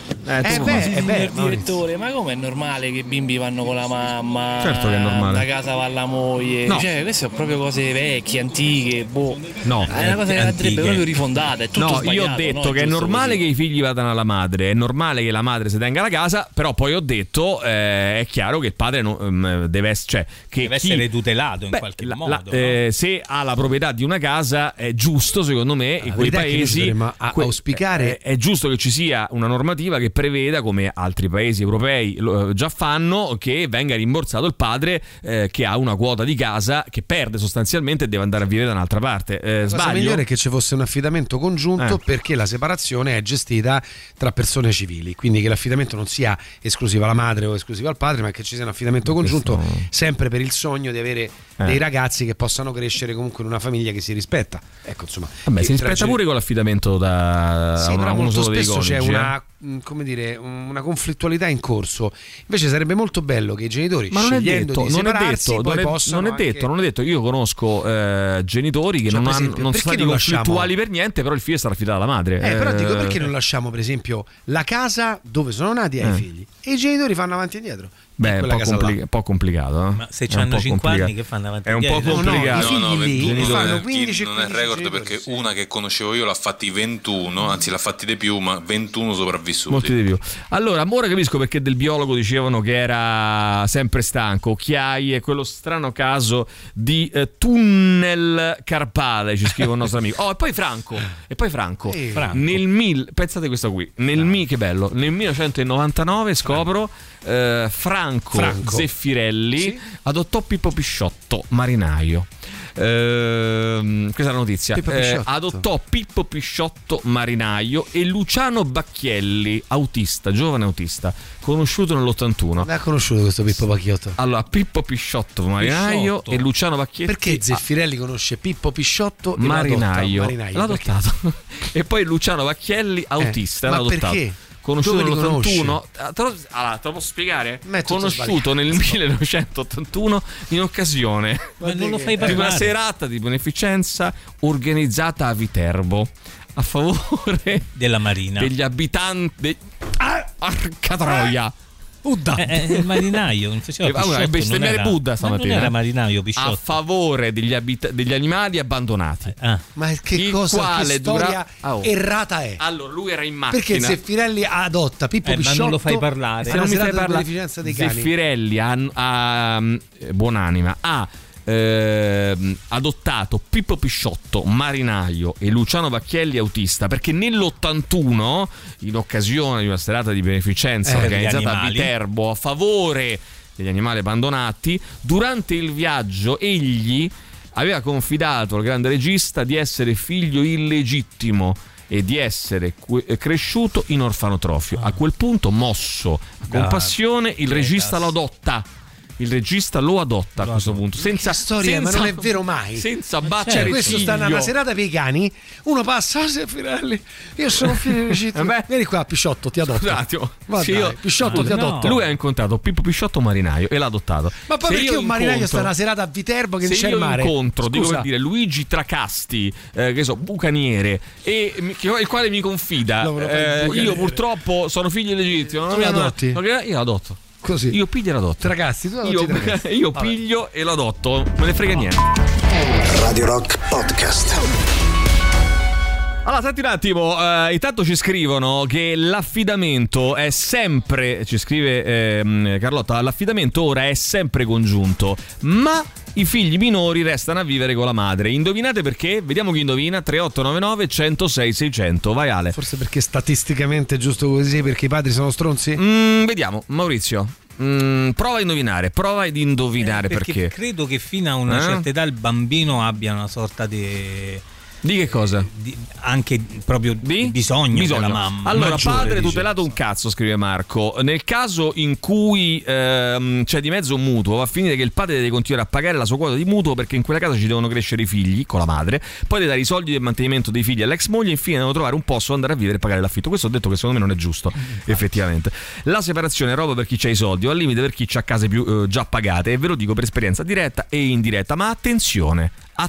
Direttore, ma com'è normale che i bimbi vanno con la mamma? Certo che è normale. Da casa va la moglie. No. Cioè, queste sono proprio cose vecchie, antiche. No, è una cosa che andrebbe proprio rifondata. È tutto sbagliato. Io ho detto che è normale che i figli vadano alla madre, è normale che la madre si tenga la casa, però poi ho detto è chiaro che il padre deve essere tutelato in qualche modo. Se ha la proprietà di una casa è giusto, secondo me, in quei paesi auspicare è giusto che ci sia una normativa che preveda, come altri paesi europei già fanno, che venga rimborsato il padre che ha una quota di casa che perde sostanzialmente e deve andare a vivere da un'altra parte. La cosa migliore è che ci fosse un affidamento congiunto, perché la separazione è gestita tra persone civili, quindi che l'affidamento non sia esclusivo alla madre o esclusivo al padre, ma che ci sia un affidamento congiunto, sempre per il sogno di avere dei ragazzi che possano crescere comunque in una famiglia che si rispetta. Ecco, insomma, si rispetta pure con l'affidamento da uno solo dei coniugi. C'è una conflittualità in corso. Invece sarebbe molto bello che i genitori, scegliendo di separarsi, non è detto. Io conosco genitori che non sono stati conflittuali per niente, però il figlio sarà affidato alla madre. Però dico, perché non lasciamo per esempio la casa dove sono nati ai figli e i genitori fanno avanti e indietro? Beh, è un po' complicato. Ma se hanno 5 anni che fanno avanti e indietro? È un po' complicato. No, 21 fanno 15, non è record, perché una che conoscevo io l'ha fatti 21, anzi l'ha fatti di più, ma 21 sopravvissuti. Molti di più. Allora, ora capisco perché del biologo dicevano che era sempre stanco. Occhiaie, quello strano caso di tunnel carpale, ci scrive un nostro amico. E poi Franco. Pensate questo qui. Che bello. Nel 1999 scopro Franco Zeffirelli adottò Pippo Pisciotto, marinaio. Questa è la notizia. Adottò Pippo Pisciotto, marinaio, e Luciano Bacchielli, giovane autista, conosciuto nell'81. Non ha conosciuto questo Pippo Bacchiotto? Allora, Pippo Pisciotto, marinaio, e Luciano Bacchielli. Perché Zeffirelli conosce Pippo Pisciotto, marinaio? L'ha adottato. E poi Luciano Bacchielli, autista, l'ha adottato. Perché? Conosciuto nell'81, te lo posso spiegare? Conosciuto nel 1981 in occasione di una serata di beneficenza organizzata a Viterbo a favore della Marina, degli abitanti Arca Troia. Il marinaio bestemmiare Buddha stamattina. Non era marinaio Pisciotto. A favore degli animali abbandonati. Ma che cosa, che storia errata è? Allora lui era in macchina. Perché Zeffirelli adotta Pippo Pisciotto? Ma non lo fai parlare. Se non mi fai parlare dei cani. Zeffirelli buonanima ha adottato Pippo Pisciotto, marinaio, e Luciano Vacchielli, autista, perché nell'81, in occasione di una serata di beneficenza organizzata a Viterbo a favore degli animali abbandonati, durante il viaggio egli aveva confidato al grande regista di essere figlio illegittimo e di essere cresciuto in orfanotrofio. A quel punto, mosso a compassione, il regista lo adotta. Il regista lo adotta a questo punto, senza storia, ma non è vero mai. Senza baciare questo sta nella serata per i cani, uno passa, Zeffirelli, io sono figlio legittimo. Vieni qua, Pisciotto, ti adotto. Pisciotto ti adotto. Lui ha incontrato Pippo Pisciotto marinaio e l'ha adottato. Ma poi perché un marinaio sta una serata a Viterbo che c'è il mare? Se io incontro, dico, per dire, Luigi Tracasti, che so, bucaniere, e il quale mi confida, io purtroppo sono figlio illegittimo, non mi adotti? Io adotto. Così. Io piglio e l'adotto. Ragazzi, tu io piglio e l'adotto. Me ne frega niente. Radio Rock Podcast. Allora, senti un attimo, intanto ci scrivono che l'affidamento è sempre, ci scrive Carlotta, l'affidamento ora è sempre congiunto, ma i figli minori restano a vivere con la madre. Indovinate perché? Vediamo chi indovina. 3899 106 600. Vai Ale. Forse perché statisticamente è giusto così, perché i padri sono stronzi? Vediamo, Maurizio. Prova ad indovinare perché. Credo che fino a una certa età il bambino abbia una sorta di che cosa? Anche proprio bisogno della mamma. Allora, maggiore, padre tutelato un cazzo, scrive Marco. Nel caso in cui c'è di mezzo un mutuo, va a finire che il padre deve continuare a pagare la sua quota di mutuo, perché in quella casa ci devono crescere i figli con la madre, poi deve dare i soldi del mantenimento dei figli all'ex moglie, e infine devono trovare un posto dove andare a vivere e pagare l'affitto. Questo ho detto che secondo me non è giusto, effettivamente. La separazione è roba per chi c'ha i soldi, o al limite per chi c'ha case più già pagate, e ve lo dico per esperienza diretta e indiretta. Ma attenzione,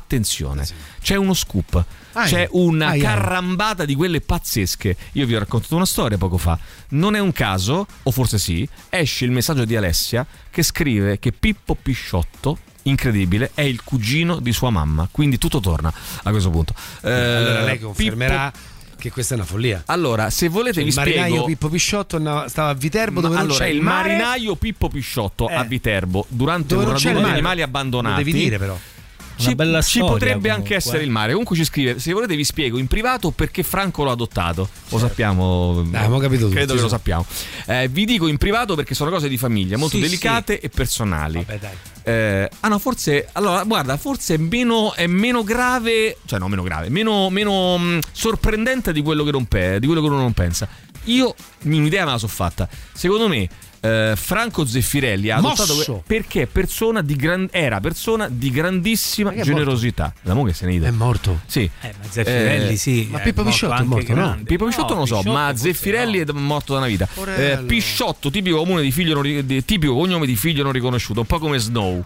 c'è uno scoop. C'è una carrambata di quelle pazzesche. Io vi ho raccontato una storia poco fa. Non è un caso, o forse sì, esce il messaggio di Alessia che scrive che Pippo Pisciotto, incredibile, è il cugino di sua mamma. Quindi tutto torna a questo punto. Allora lei confermerà che questa è una follia. Allora, se volete vi spiego. Il marinaio Pippo Pisciotto stava a Viterbo dove non c'è il mare. Marinaio Pippo Pisciotto a Viterbo durante un raduno di animali abbandonati. Lo devi dire però. Ci potrebbe anche essere il mare. Comunque ci scrive: se volete vi spiego in privato perché Franco l'ha adottato. Lo sappiamo. Abbiamo capito tutto. Credo che lo sappiamo. Vi dico in privato perché sono cose di famiglia molto delicate e personali. Vabbè, dai. No, forse. Allora, guarda, forse è meno grave. Cioè, no, meno grave. Meno sorprendente di quello che uno non pensa. Io un'idea me la so fatta. Secondo me Franco Zeffirelli ha adottato perché era persona di grandissima generosità. La moglie se ne idea. È morto? Sì. Ma Zeffirelli sì. Ma Pippo Pisciotto è morto, no? Pippo Pisciotto non lo so, ma Zeffirelli è morto da una vita. Pisciotto, tipico cognome di figlio non riconosciuto, un po' come Snow.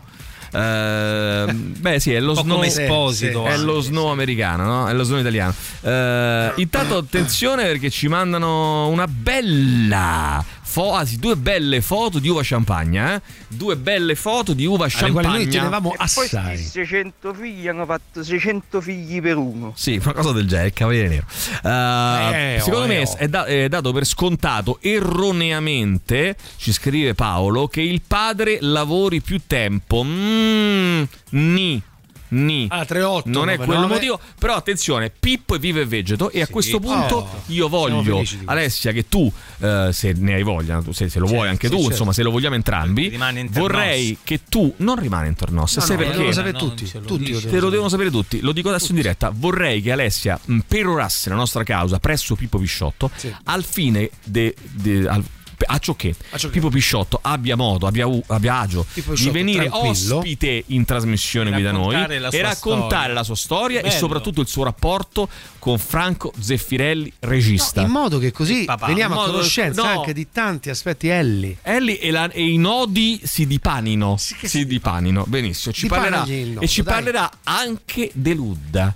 Beh sì, è lo Snow come Esposito, è lo Snow americano, no? È lo Snow italiano. Intanto attenzione perché ci mandano una bella due belle foto di uva champagna, 2 belle foto di uva champagna. Quali noi tenevamo assai. 600 figli hanno fatto 600 figli per uno. Sì, una cosa del genere, il Cavaliere Nero. Secondo me è dato per scontato erroneamente, ci scrive Paolo, che il padre lavori più tempo. Ah, 38, non è quello il motivo, però attenzione, Pippo è vivo e vegeto, e a questo punto io voglio, Alessia, che tu se ne hai voglia, se lo vuoi anche tu, insomma, se lo vogliamo entrambi, vorrei che tu non rimane intorno a sé, sai perché? Lo sapere tutti, te lo devono sapere tutti, lo dico adesso in diretta. Vorrei che Alessia perorasse la nostra causa presso Pippo Pisciotto al fine acciò che Pippo Pisciotto abbia modo, abbia agio di venire ospite in trasmissione qui da noi e raccontare la sua storia e soprattutto il suo rapporto con Franco Zeffirelli, regista, in modo che così veniamo a conoscenza anche di tanti aspetti. Ellie e i nodi si dipanino, benissimo, ci parlerà anche dell'Udda.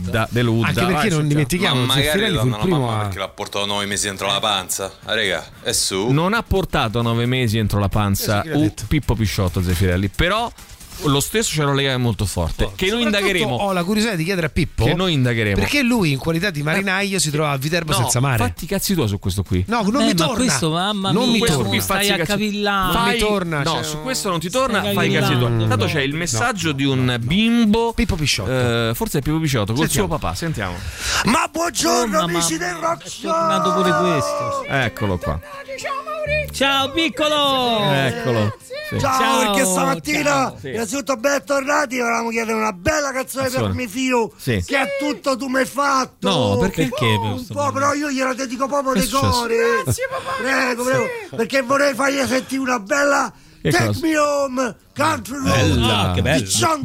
Anche perché non dimentichiamo, magari lo andano la mamma perché l'ha portato 9 mesi dentro la panza. Raga, su. Non ha portato 9 mesi entro la panza Pippo Pisciotto Zeffirelli, però lo stesso c'era un legame molto forte che noi indagheremo. Ho la curiosità di chiedere a Pippo, che noi indagheremo, perché lui in qualità di marinaio si trova a Viterbo senza mare. Fatti cazzi tuoi su questo qui. No, non mi torna. Questo, mamma non mia, mi torna. Stai a cavillare. Non mi torna. No, su questo non ti torna. Fai cazzi tuoi. Tanto c'è il messaggio di un bimbo Pippo Pisciotto. Forse è Pippo Pisciotto col suo papà. Sentiamo. Ma buongiorno amici del Rock Show. È tornato pure questo. Eccolo qua. Ciao piccolo. Eccolo. Sì. Ciao, perché stamattina innanzitutto ben tornati, volevamo chiedere una bella canzone per mio figlio che è tutto tu mi hai fatto. No, perché? Un po', però io gliela dedico proprio di cuore. Grazie papà. Prego, perché vorrei fargli sentire una bella Take Me Home Country Road. Che bello. John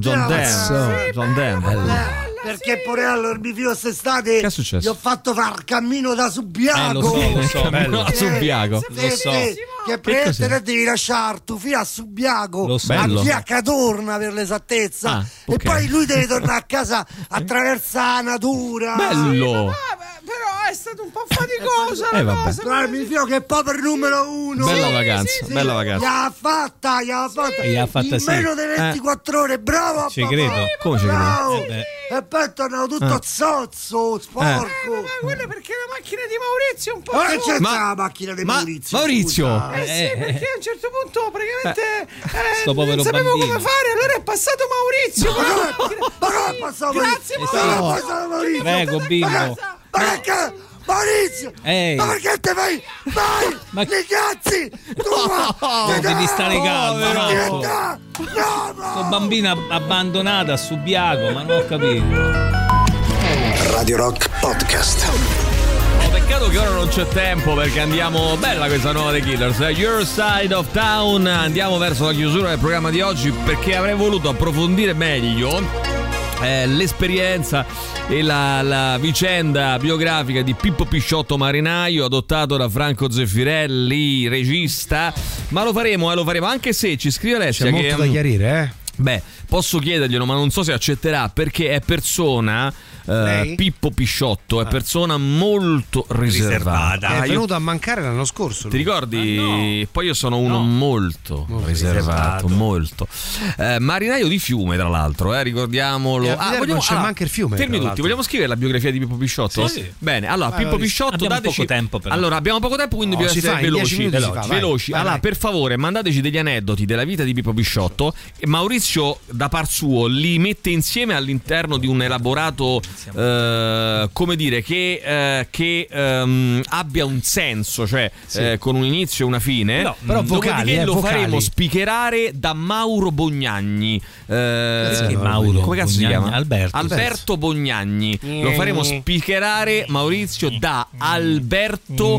Denver. Perché Porello, il mio figlio quest'estate che è successo? Gli ho fatto fare il cammino da Subiaco. Lo so. Da Subiaco. Lo so. Che praticamente te devi lasciare tuo figlio a Subiaco, a via Cadorna per l'esattezza, e poi lui deve tornare a casa attraverso la natura. Bello. Però è stato un po' faticosa la cosa. Guarda, mio figlio che è proprio il numero 1. Bella vacanza, bella vacanza. L'ha fatta in meno di 24 ore, bravo. Ci credo. Come ci credo? E poi è tornato tutto zozzo, sporco. Ma quello perché la macchina di Maurizio è un po'. Ma che c'è la macchina di Maurizio? Maurizio? Sì, perché a un certo punto praticamente non sapevo come fare, allora è passato Maurizio. Ma come è passato Maurizio? Grazie Maurizio. Prego, bimbo. Ma perché? Maurizio! Ma perché te vai? Vai! Che cazzi! No, devi stare calmo. Sto bambina abbandonata a Subiaco, ma non ho capito. Radio Rock Podcast. Peccato che ora non c'è tempo perché andiamo, bella questa nuova dei Killers, Your Side of Town. Andiamo verso la chiusura del programma di oggi perché avrei voluto approfondire meglio l'esperienza e la vicenda biografica di Pippo Pisciotto marinaio, adottato da Franco Zeffirelli, regista, ma lo faremo anche se ci scrive Alessia c'è molto da chiarire, Beh, posso chiederglielo, ma non so se accetterà perché è persona Pippo Pisciotto è persona molto riservata. È venuto a mancare l'anno scorso. Ti ricordi? Poi io sono uno molto riservato, molto. Marinaio di Fiume, tra l'altro, ricordiamolo. C'è manca il fiume. Fermi tutti, vogliamo scrivere la biografia di Pippo Pisciotto? Sì. Bene, allora Pippo Pisciotto, abbiamo dateci poco tempo però. Allora, abbiamo poco tempo, quindi bisogna essere veloci. Allora, per favore, mandateci degli aneddoti della vita di Pippo Pisciotto e Maurizio da par suo li mette insieme all'interno di un elaborato come dire che abbia un senso, cioè con un inizio e una fine. No, però vocali, lo vocali. faremo spicherare da Mauro Bognagni. Mauro, come cazzo si chiama? Alberto Bognagni. Lo faremo spicherare, Maurizio, da Alberto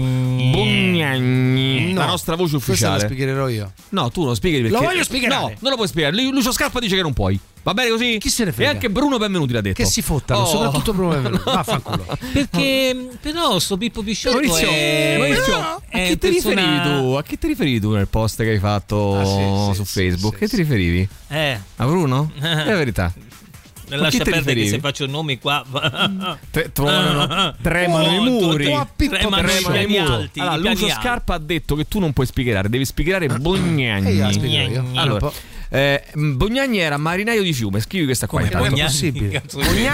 Bognagni, la nostra voce ufficiale. Questo lo spiegherò io. No, tu lo spieghi perché lo voglio spiegare. No, non lo puoi spiegare. Lucio Scarpa dice che non puoi. Va bene così? Chi se ne frega? E anche Bruno Benvenuti l'ha detto. Che si fottano, soprattutto Bruno Benvenuti. Vaffanculo. Perché però sto Pippo Pisciotto Maurizio, a chi ti riferivi tu? A chi ti riferivi tu nel post che hai fatto su Facebook? Che ti riferivi? A Bruno? È la verità. Lascia perdere che se faccio nomi qua tremano i muri. Tremano i piani alti. Allora, Lucio Scarpa ha detto che tu non puoi spiegare, devi spiegare Bognagni. Allora, Bognagni era marinaio di Fiume. Scrivi questa qua. Come è possibile?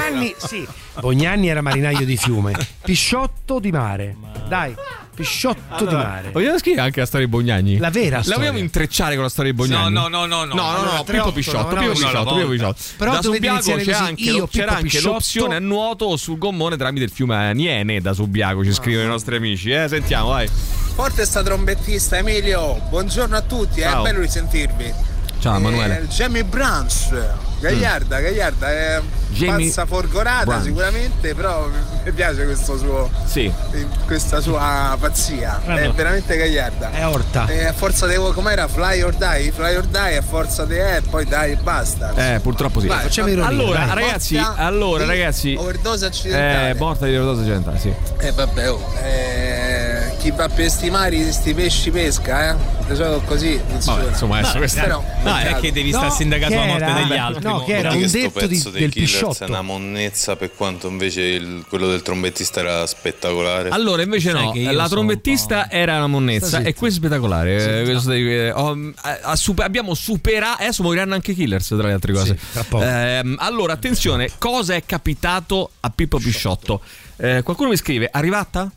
Bognagni era marinaio di Fiume. Pisciotto di mare. Dai, Pisciotto di mare. Vogliamo scrivere anche la storia di Bognagni? La vera storia. La vogliamo intrecciare con la storia di Bognagni? No, Pippo Pisciotto. Però da Subiaco c'era anche Pisciotto. l'opzione a nuoto o sul gommone tramite il fiume Aniene. Da Subiaco ci scrivono i nostri amici. Sentiamo, vai. Forte sta trombettista Emilio. Buongiorno a tutti, è bello risentirvi. Ciao Emanuele. Jamie Branch, Gagliarda è pazza folgorata sicuramente, però mi piace questo suo questa sua pazzia, è veramente gagliarda. È orta. A forza di com'era Fly or Die a forza di poi dai e basta. Purtroppo sì. Vai, facciamo ironia. Allora ragazzi, overdose accidentale. Morta di overdose accidentale, sì. Vabbè, chi va per sti mari, sti pesci pesca, sono così. Insomma, adesso è che devi stare sindacato la morte degli altri. No, che era un detto del Pisciotto. È una monnezza, per quanto invece quello del trombettista era spettacolare. Allora invece no, la trombettista era una monnezza e questo è spettacolare. Abbiamo superato, adesso moriranno anche i Killers tra le altre cose. Allora attenzione, cosa è capitato a Pippo Pisciotto? Qualcuno mi scrive: arrivata?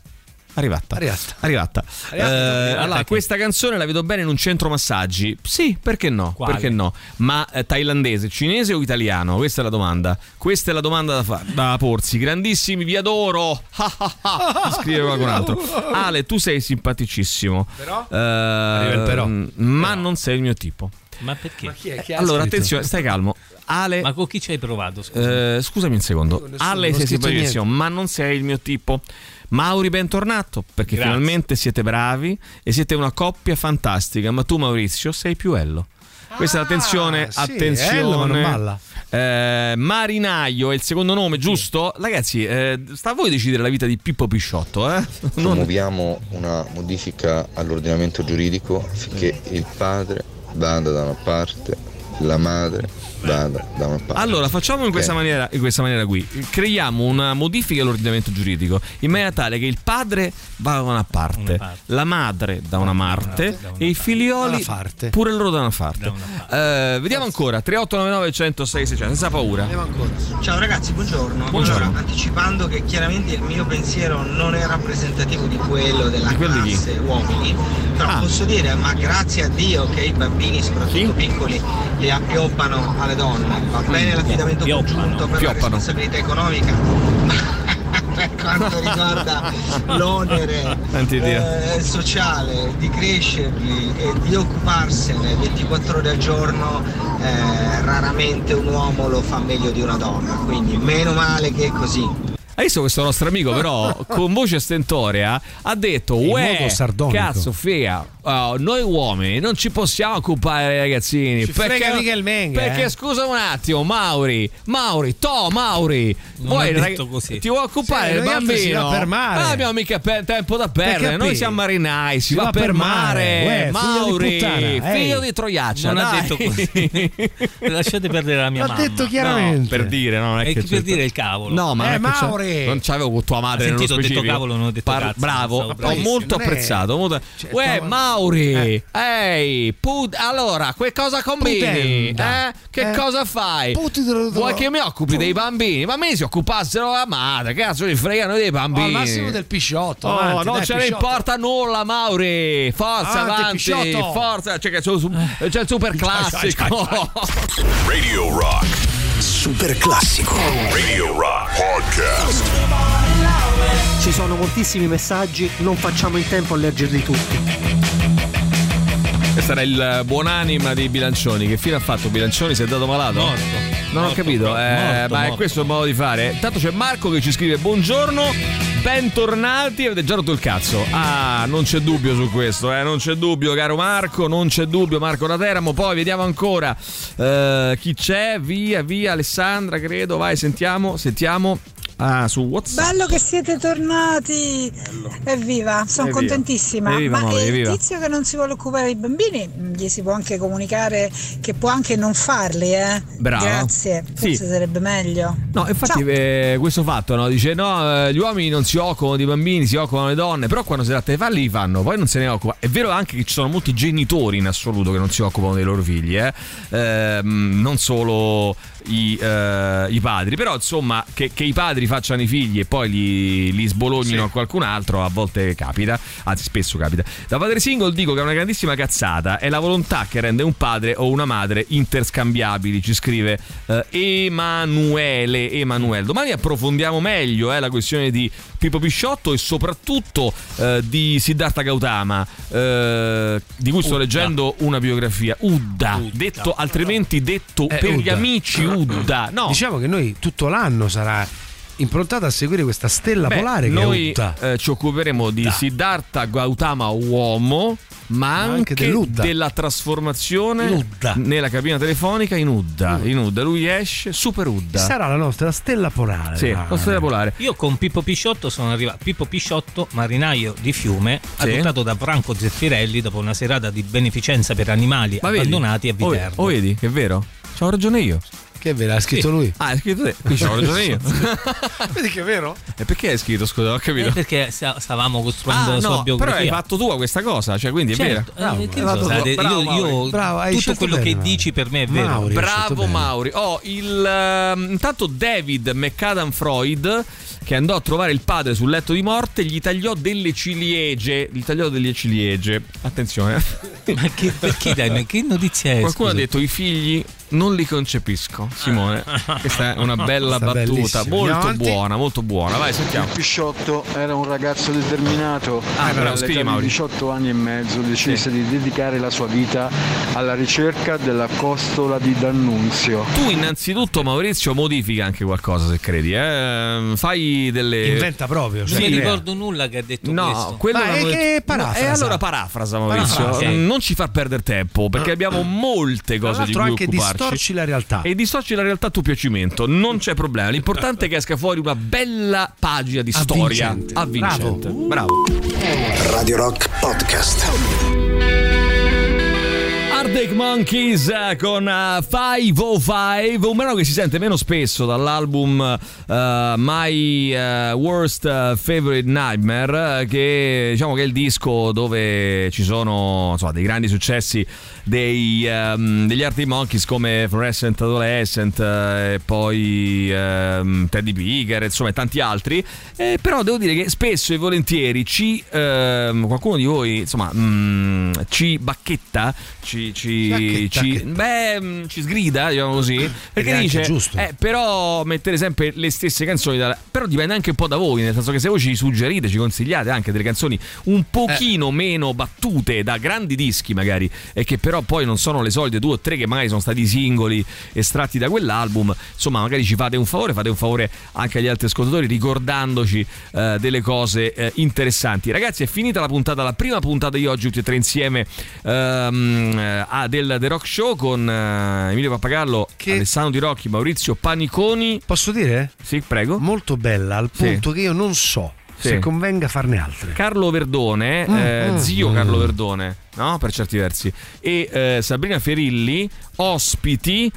Allora, questa canzone la vedo bene in un centro massaggi. Sì, perché no? Quale? Perché no? Ma thailandese, cinese o italiano? Questa è la domanda. Questa è la domanda da porsi. Grandissimi, vi adoro. Scrive qualcun altro. Ale, tu sei simpaticissimo. Però? Ma non sei il mio tipo. Ma perché? Ma chi è Allora, attenzione, stai calmo. Ale, ma con chi ci hai provato? Scusami un secondo. Ale, sei simpaticissimo, ma non sei il mio tipo. Mauri, bentornato, perché finalmente siete bravi e siete una coppia fantastica, ma tu Maurizio sei più Ello. Questa è attenzione. Ello, ma non balla. Marinaio è il secondo nome, giusto? Ragazzi, sta a voi decidere la vita di Pippo Pisciotto. Promuoviamo una modifica all'ordinamento giuridico affinché il padre vada da una parte, la madre vada da una parte. Allora facciamo in questa maniera qui. Creiamo una modifica all'ordinamento giuridico in maniera tale che il padre va da una parte, la madre da una parte e i figlioli pure loro da una parte. Vediamo ancora 3899 106 600 senza paura. Ciao ragazzi, buongiorno. Allora, anticipando che chiaramente il mio pensiero non è rappresentativo di quello della classe uomini, però posso dire, ma grazie a Dio che i bambini, soprattutto piccoli, li appioppano alle donne. Va bene l'affidamento congiunto per la responsabilità economica, per quanto riguarda l'onere sociale di crescerli e di occuparsene 24 ore al giorno, raramente un uomo lo fa meglio di una donna, quindi meno male che è così. Adesso questo nostro amico però con voce stentorea ha detto: uè, cazzo figa, noi uomini non ci possiamo occupare dei ragazzini, ci frega mica il Menga, perché scusa un attimo, Mauri, vuoi così. ti vuoi occupare del bambino? Per mare. Non abbiamo mica tempo da perdere, noi siamo marinai, si va per mare. Mauri, figlio di troiaccia, non ha detto così. Lasciate perdere la mia mamma. L'ha detto chiaramente, per dire, no, non è che per dire il cavolo. No, ma Mauri, non c'avevo con tua madre nello specifico. Ho detto cavolo, non ho detto cazzo. Bravo, ho molto apprezzato. Mauri, allora, che cosa combini? Che cosa fai? Vuoi che mi occupi dei bambini? Ma me si occupassero la madre, cazzo li fregano dei bambini. Al massimo del Pisciotto. Non ce ne importa nulla, Mauri. Forza, avanti, forza. C'è il super classico. Radio Rock. Super classico. Radio Rock Podcast. Ci sono moltissimi messaggi, non facciamo in tempo a leggerli tutti. Questo era il buonanima di Bilancioni. Che fine ha fatto Bilancioni? Si è dato malato? Non ho capito. Ma è questo il modo di fare? Intanto c'è Marco che ci scrive: buongiorno, bentornati. Avete già rotto il cazzo. Non c'è dubbio su questo, non c'è dubbio, caro Marco. Non c'è dubbio, Marco da Teramo. Poi vediamo ancora chi c'è. Via Alessandra, credo. Vai, sentiamo. Su WhatsApp. Bello che siete tornati. Evviva, sono contentissima. Il tizio che non si vuole occupare dei bambini, gli si può anche comunicare che può anche non farli, Bravo. Grazie, forse sarebbe meglio. No, infatti questo fatto, no? Dice gli uomini non si occupano dei bambini, si occupano le donne, però quando si tratta di farli li fanno, poi non se ne occupa. È vero anche che ci sono molti genitori in assoluto che non si occupano dei loro figli, non solo i padri, però insomma che i padri facciano i figli e poi li sbolognino a qualcun altro a volte capita, anzi spesso capita. Da padre single dico che è una grandissima cazzata, è la volontà che rende un padre o una madre interscambiabili, ci scrive Emanuele. Domani approfondiamo meglio la questione di Pippo Pisciotto e soprattutto di Siddhartha Gautama, di cui sto leggendo una biografia. Udda. Detto altrimenti detto per gli amici Udda. No. Diciamo che noi tutto l'anno sarà improntata a seguire questa stella polare che noi è Utta. Ci occuperemo di Siddhartha Gautama uomo, ma anche della trasformazione nella cabina telefonica in Udda. Lui esce super Udda. Sarà la nostra stella polare. Sì, la stella polare. Io con Pippo Pisciotto sono arrivato. Pippo Pisciotto, marinaio di Fiume, adottato da Franco Zeffirelli dopo una serata di beneficenza per animali abbandonati a Viterbo. Vedi che è vero? C'ho ragione io. Che è vero, ha scritto lui. Ah, hai scritto te. Qui c'ho ragione io. Vedi che è vero? E perché hai scritto, scusa, ho capito? Perché stavamo costruendo la sua biografia. Però hai fatto tu questa cosa, cioè quindi è vera. Bravo, tutto quello che dici per me è vero. Bravo Mauri. Intanto David McAdam Freud, che andò a trovare il padre sul letto di morte, gli tagliò delle ciliegie. Attenzione. Ma che notizia è? Qualcuno ha detto: i figli non li concepisco, Simone. Questa è una bella battuta, molto buona. Vai, sentiamo. Pisciotto era un ragazzo determinato. All'età di 18 anni e mezzo decise di dedicare la sua vita alla ricerca della costola di D'Annunzio. Tu innanzitutto, Maurizio, modifica anche qualcosa, se credi, fai delle... Inventa proprio. Non mi ricordo nulla che ha detto questo. No, quello che parafrasa. E allora parafrasa, Maurizio. Non ci far perdere tempo, perché abbiamo molte cose di cui occuparci. Distorci la realtà. E distorci la realtà tu piacimento, non c'è problema. L'importante è che esca fuori una bella pagina di storia avvincente. Bravo. Radio Rock Podcast. Arctic Monkeys con 505, un brano che si sente meno spesso dall'album My Worst Favorite Nightmare, che diciamo che è il disco dove ci sono dei grandi successi degli Arctic Monkeys come Fluorescent Adolescent e poi Teddy Biger, insomma, e tanti altri, però devo dire che spesso e volentieri qualcuno di voi insomma ci bacchetta, ci sgrida, diciamo così, perché dice però mettere sempre le stesse canzoni, però dipende anche un po' da voi, nel senso che se voi ci suggerite, ci consigliate anche delle canzoni un pochino meno battute da grandi dischi magari, e che però poi non sono le solite 2 o 3 che magari sono stati singoli estratti da quell'album, insomma magari ci fate un favore anche agli altri ascoltatori ricordandoci delle cose interessanti. Ragazzi, è finita la prima puntata di oggi tutti e tre insieme del The Rock Show con Emilio Pappagallo, Alessandro Di Rocchi, Maurizio Paniconi. Posso dire? Sì, prego. Molto bella, al punto che io non so se convenga farne altre. Carlo Verdone, zio Carlo Verdone, no? Per certi versi, e Sabrina Ferilli, ospiti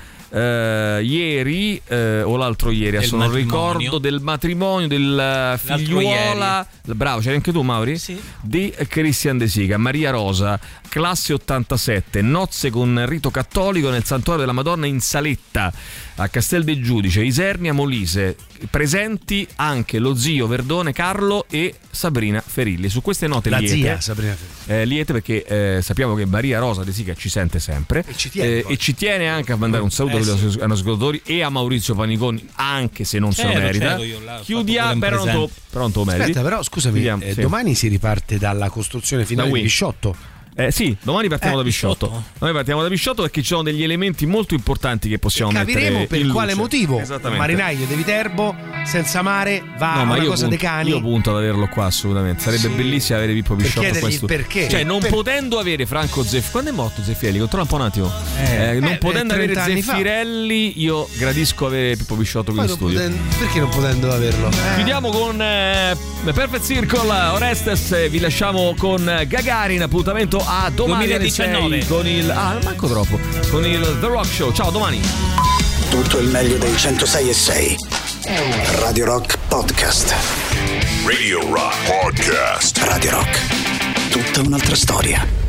ieri o l'altro ieri, adesso non ricordo, del matrimonio del figliuola, bravo, c'eri anche tu, Mauri? Sì. Di Christian De Sica, Maria Rosa, classe 87, nozze con rito cattolico nel santuario della Madonna in Saletta a Castel del Giudice, Isernia, Molise. Presenti anche lo zio Verdone Carlo e Sabrina Ferilli. Su queste note la liete, zia Sabrina Ferilli, liete perché sappiamo che Maria Rosa De Sica ci sente sempre e ci tiene anche a mandare un saluto ai nostri ascoltatori e a Maurizio Paniconi, anche se non se lo merita. Chiudiamo, però non lo meriti. Aspetta, però scusami, domani si riparte dalla costruzione finale di Pisciotto. Sì, domani partiamo da Pisciotto. Domani partiamo da Pisciotto perché ci sono degli elementi molto importanti che possiamo mettere. Capiremo per quale motivo. Esattamente. Marinaio di Viterbo senza mare va una cosa dei cani. Io punto ad averlo qua assolutamente. Sarebbe bellissimo avere Pippo Pisciotto qua in studio. Perché? Cioè, non potendo avere Franco Zeffirelli. Quando è morto Zeffirelli? Controlla un po' un attimo. Non potendo avere Zeffirelli, io gradisco avere Pippo Pisciotto qui in studio. Perché non potendo averlo? Chiudiamo con Perfect Circle, Orestes. Vi lasciamo con Gagarin. Appuntamento a domani 2019 con il manco troppo con il The Rock Show. Ciao, domani. Tutto il meglio dei 106.6 Radio Rock Podcast. Radio Rock Podcast. Radio Rock, tutta un'altra storia.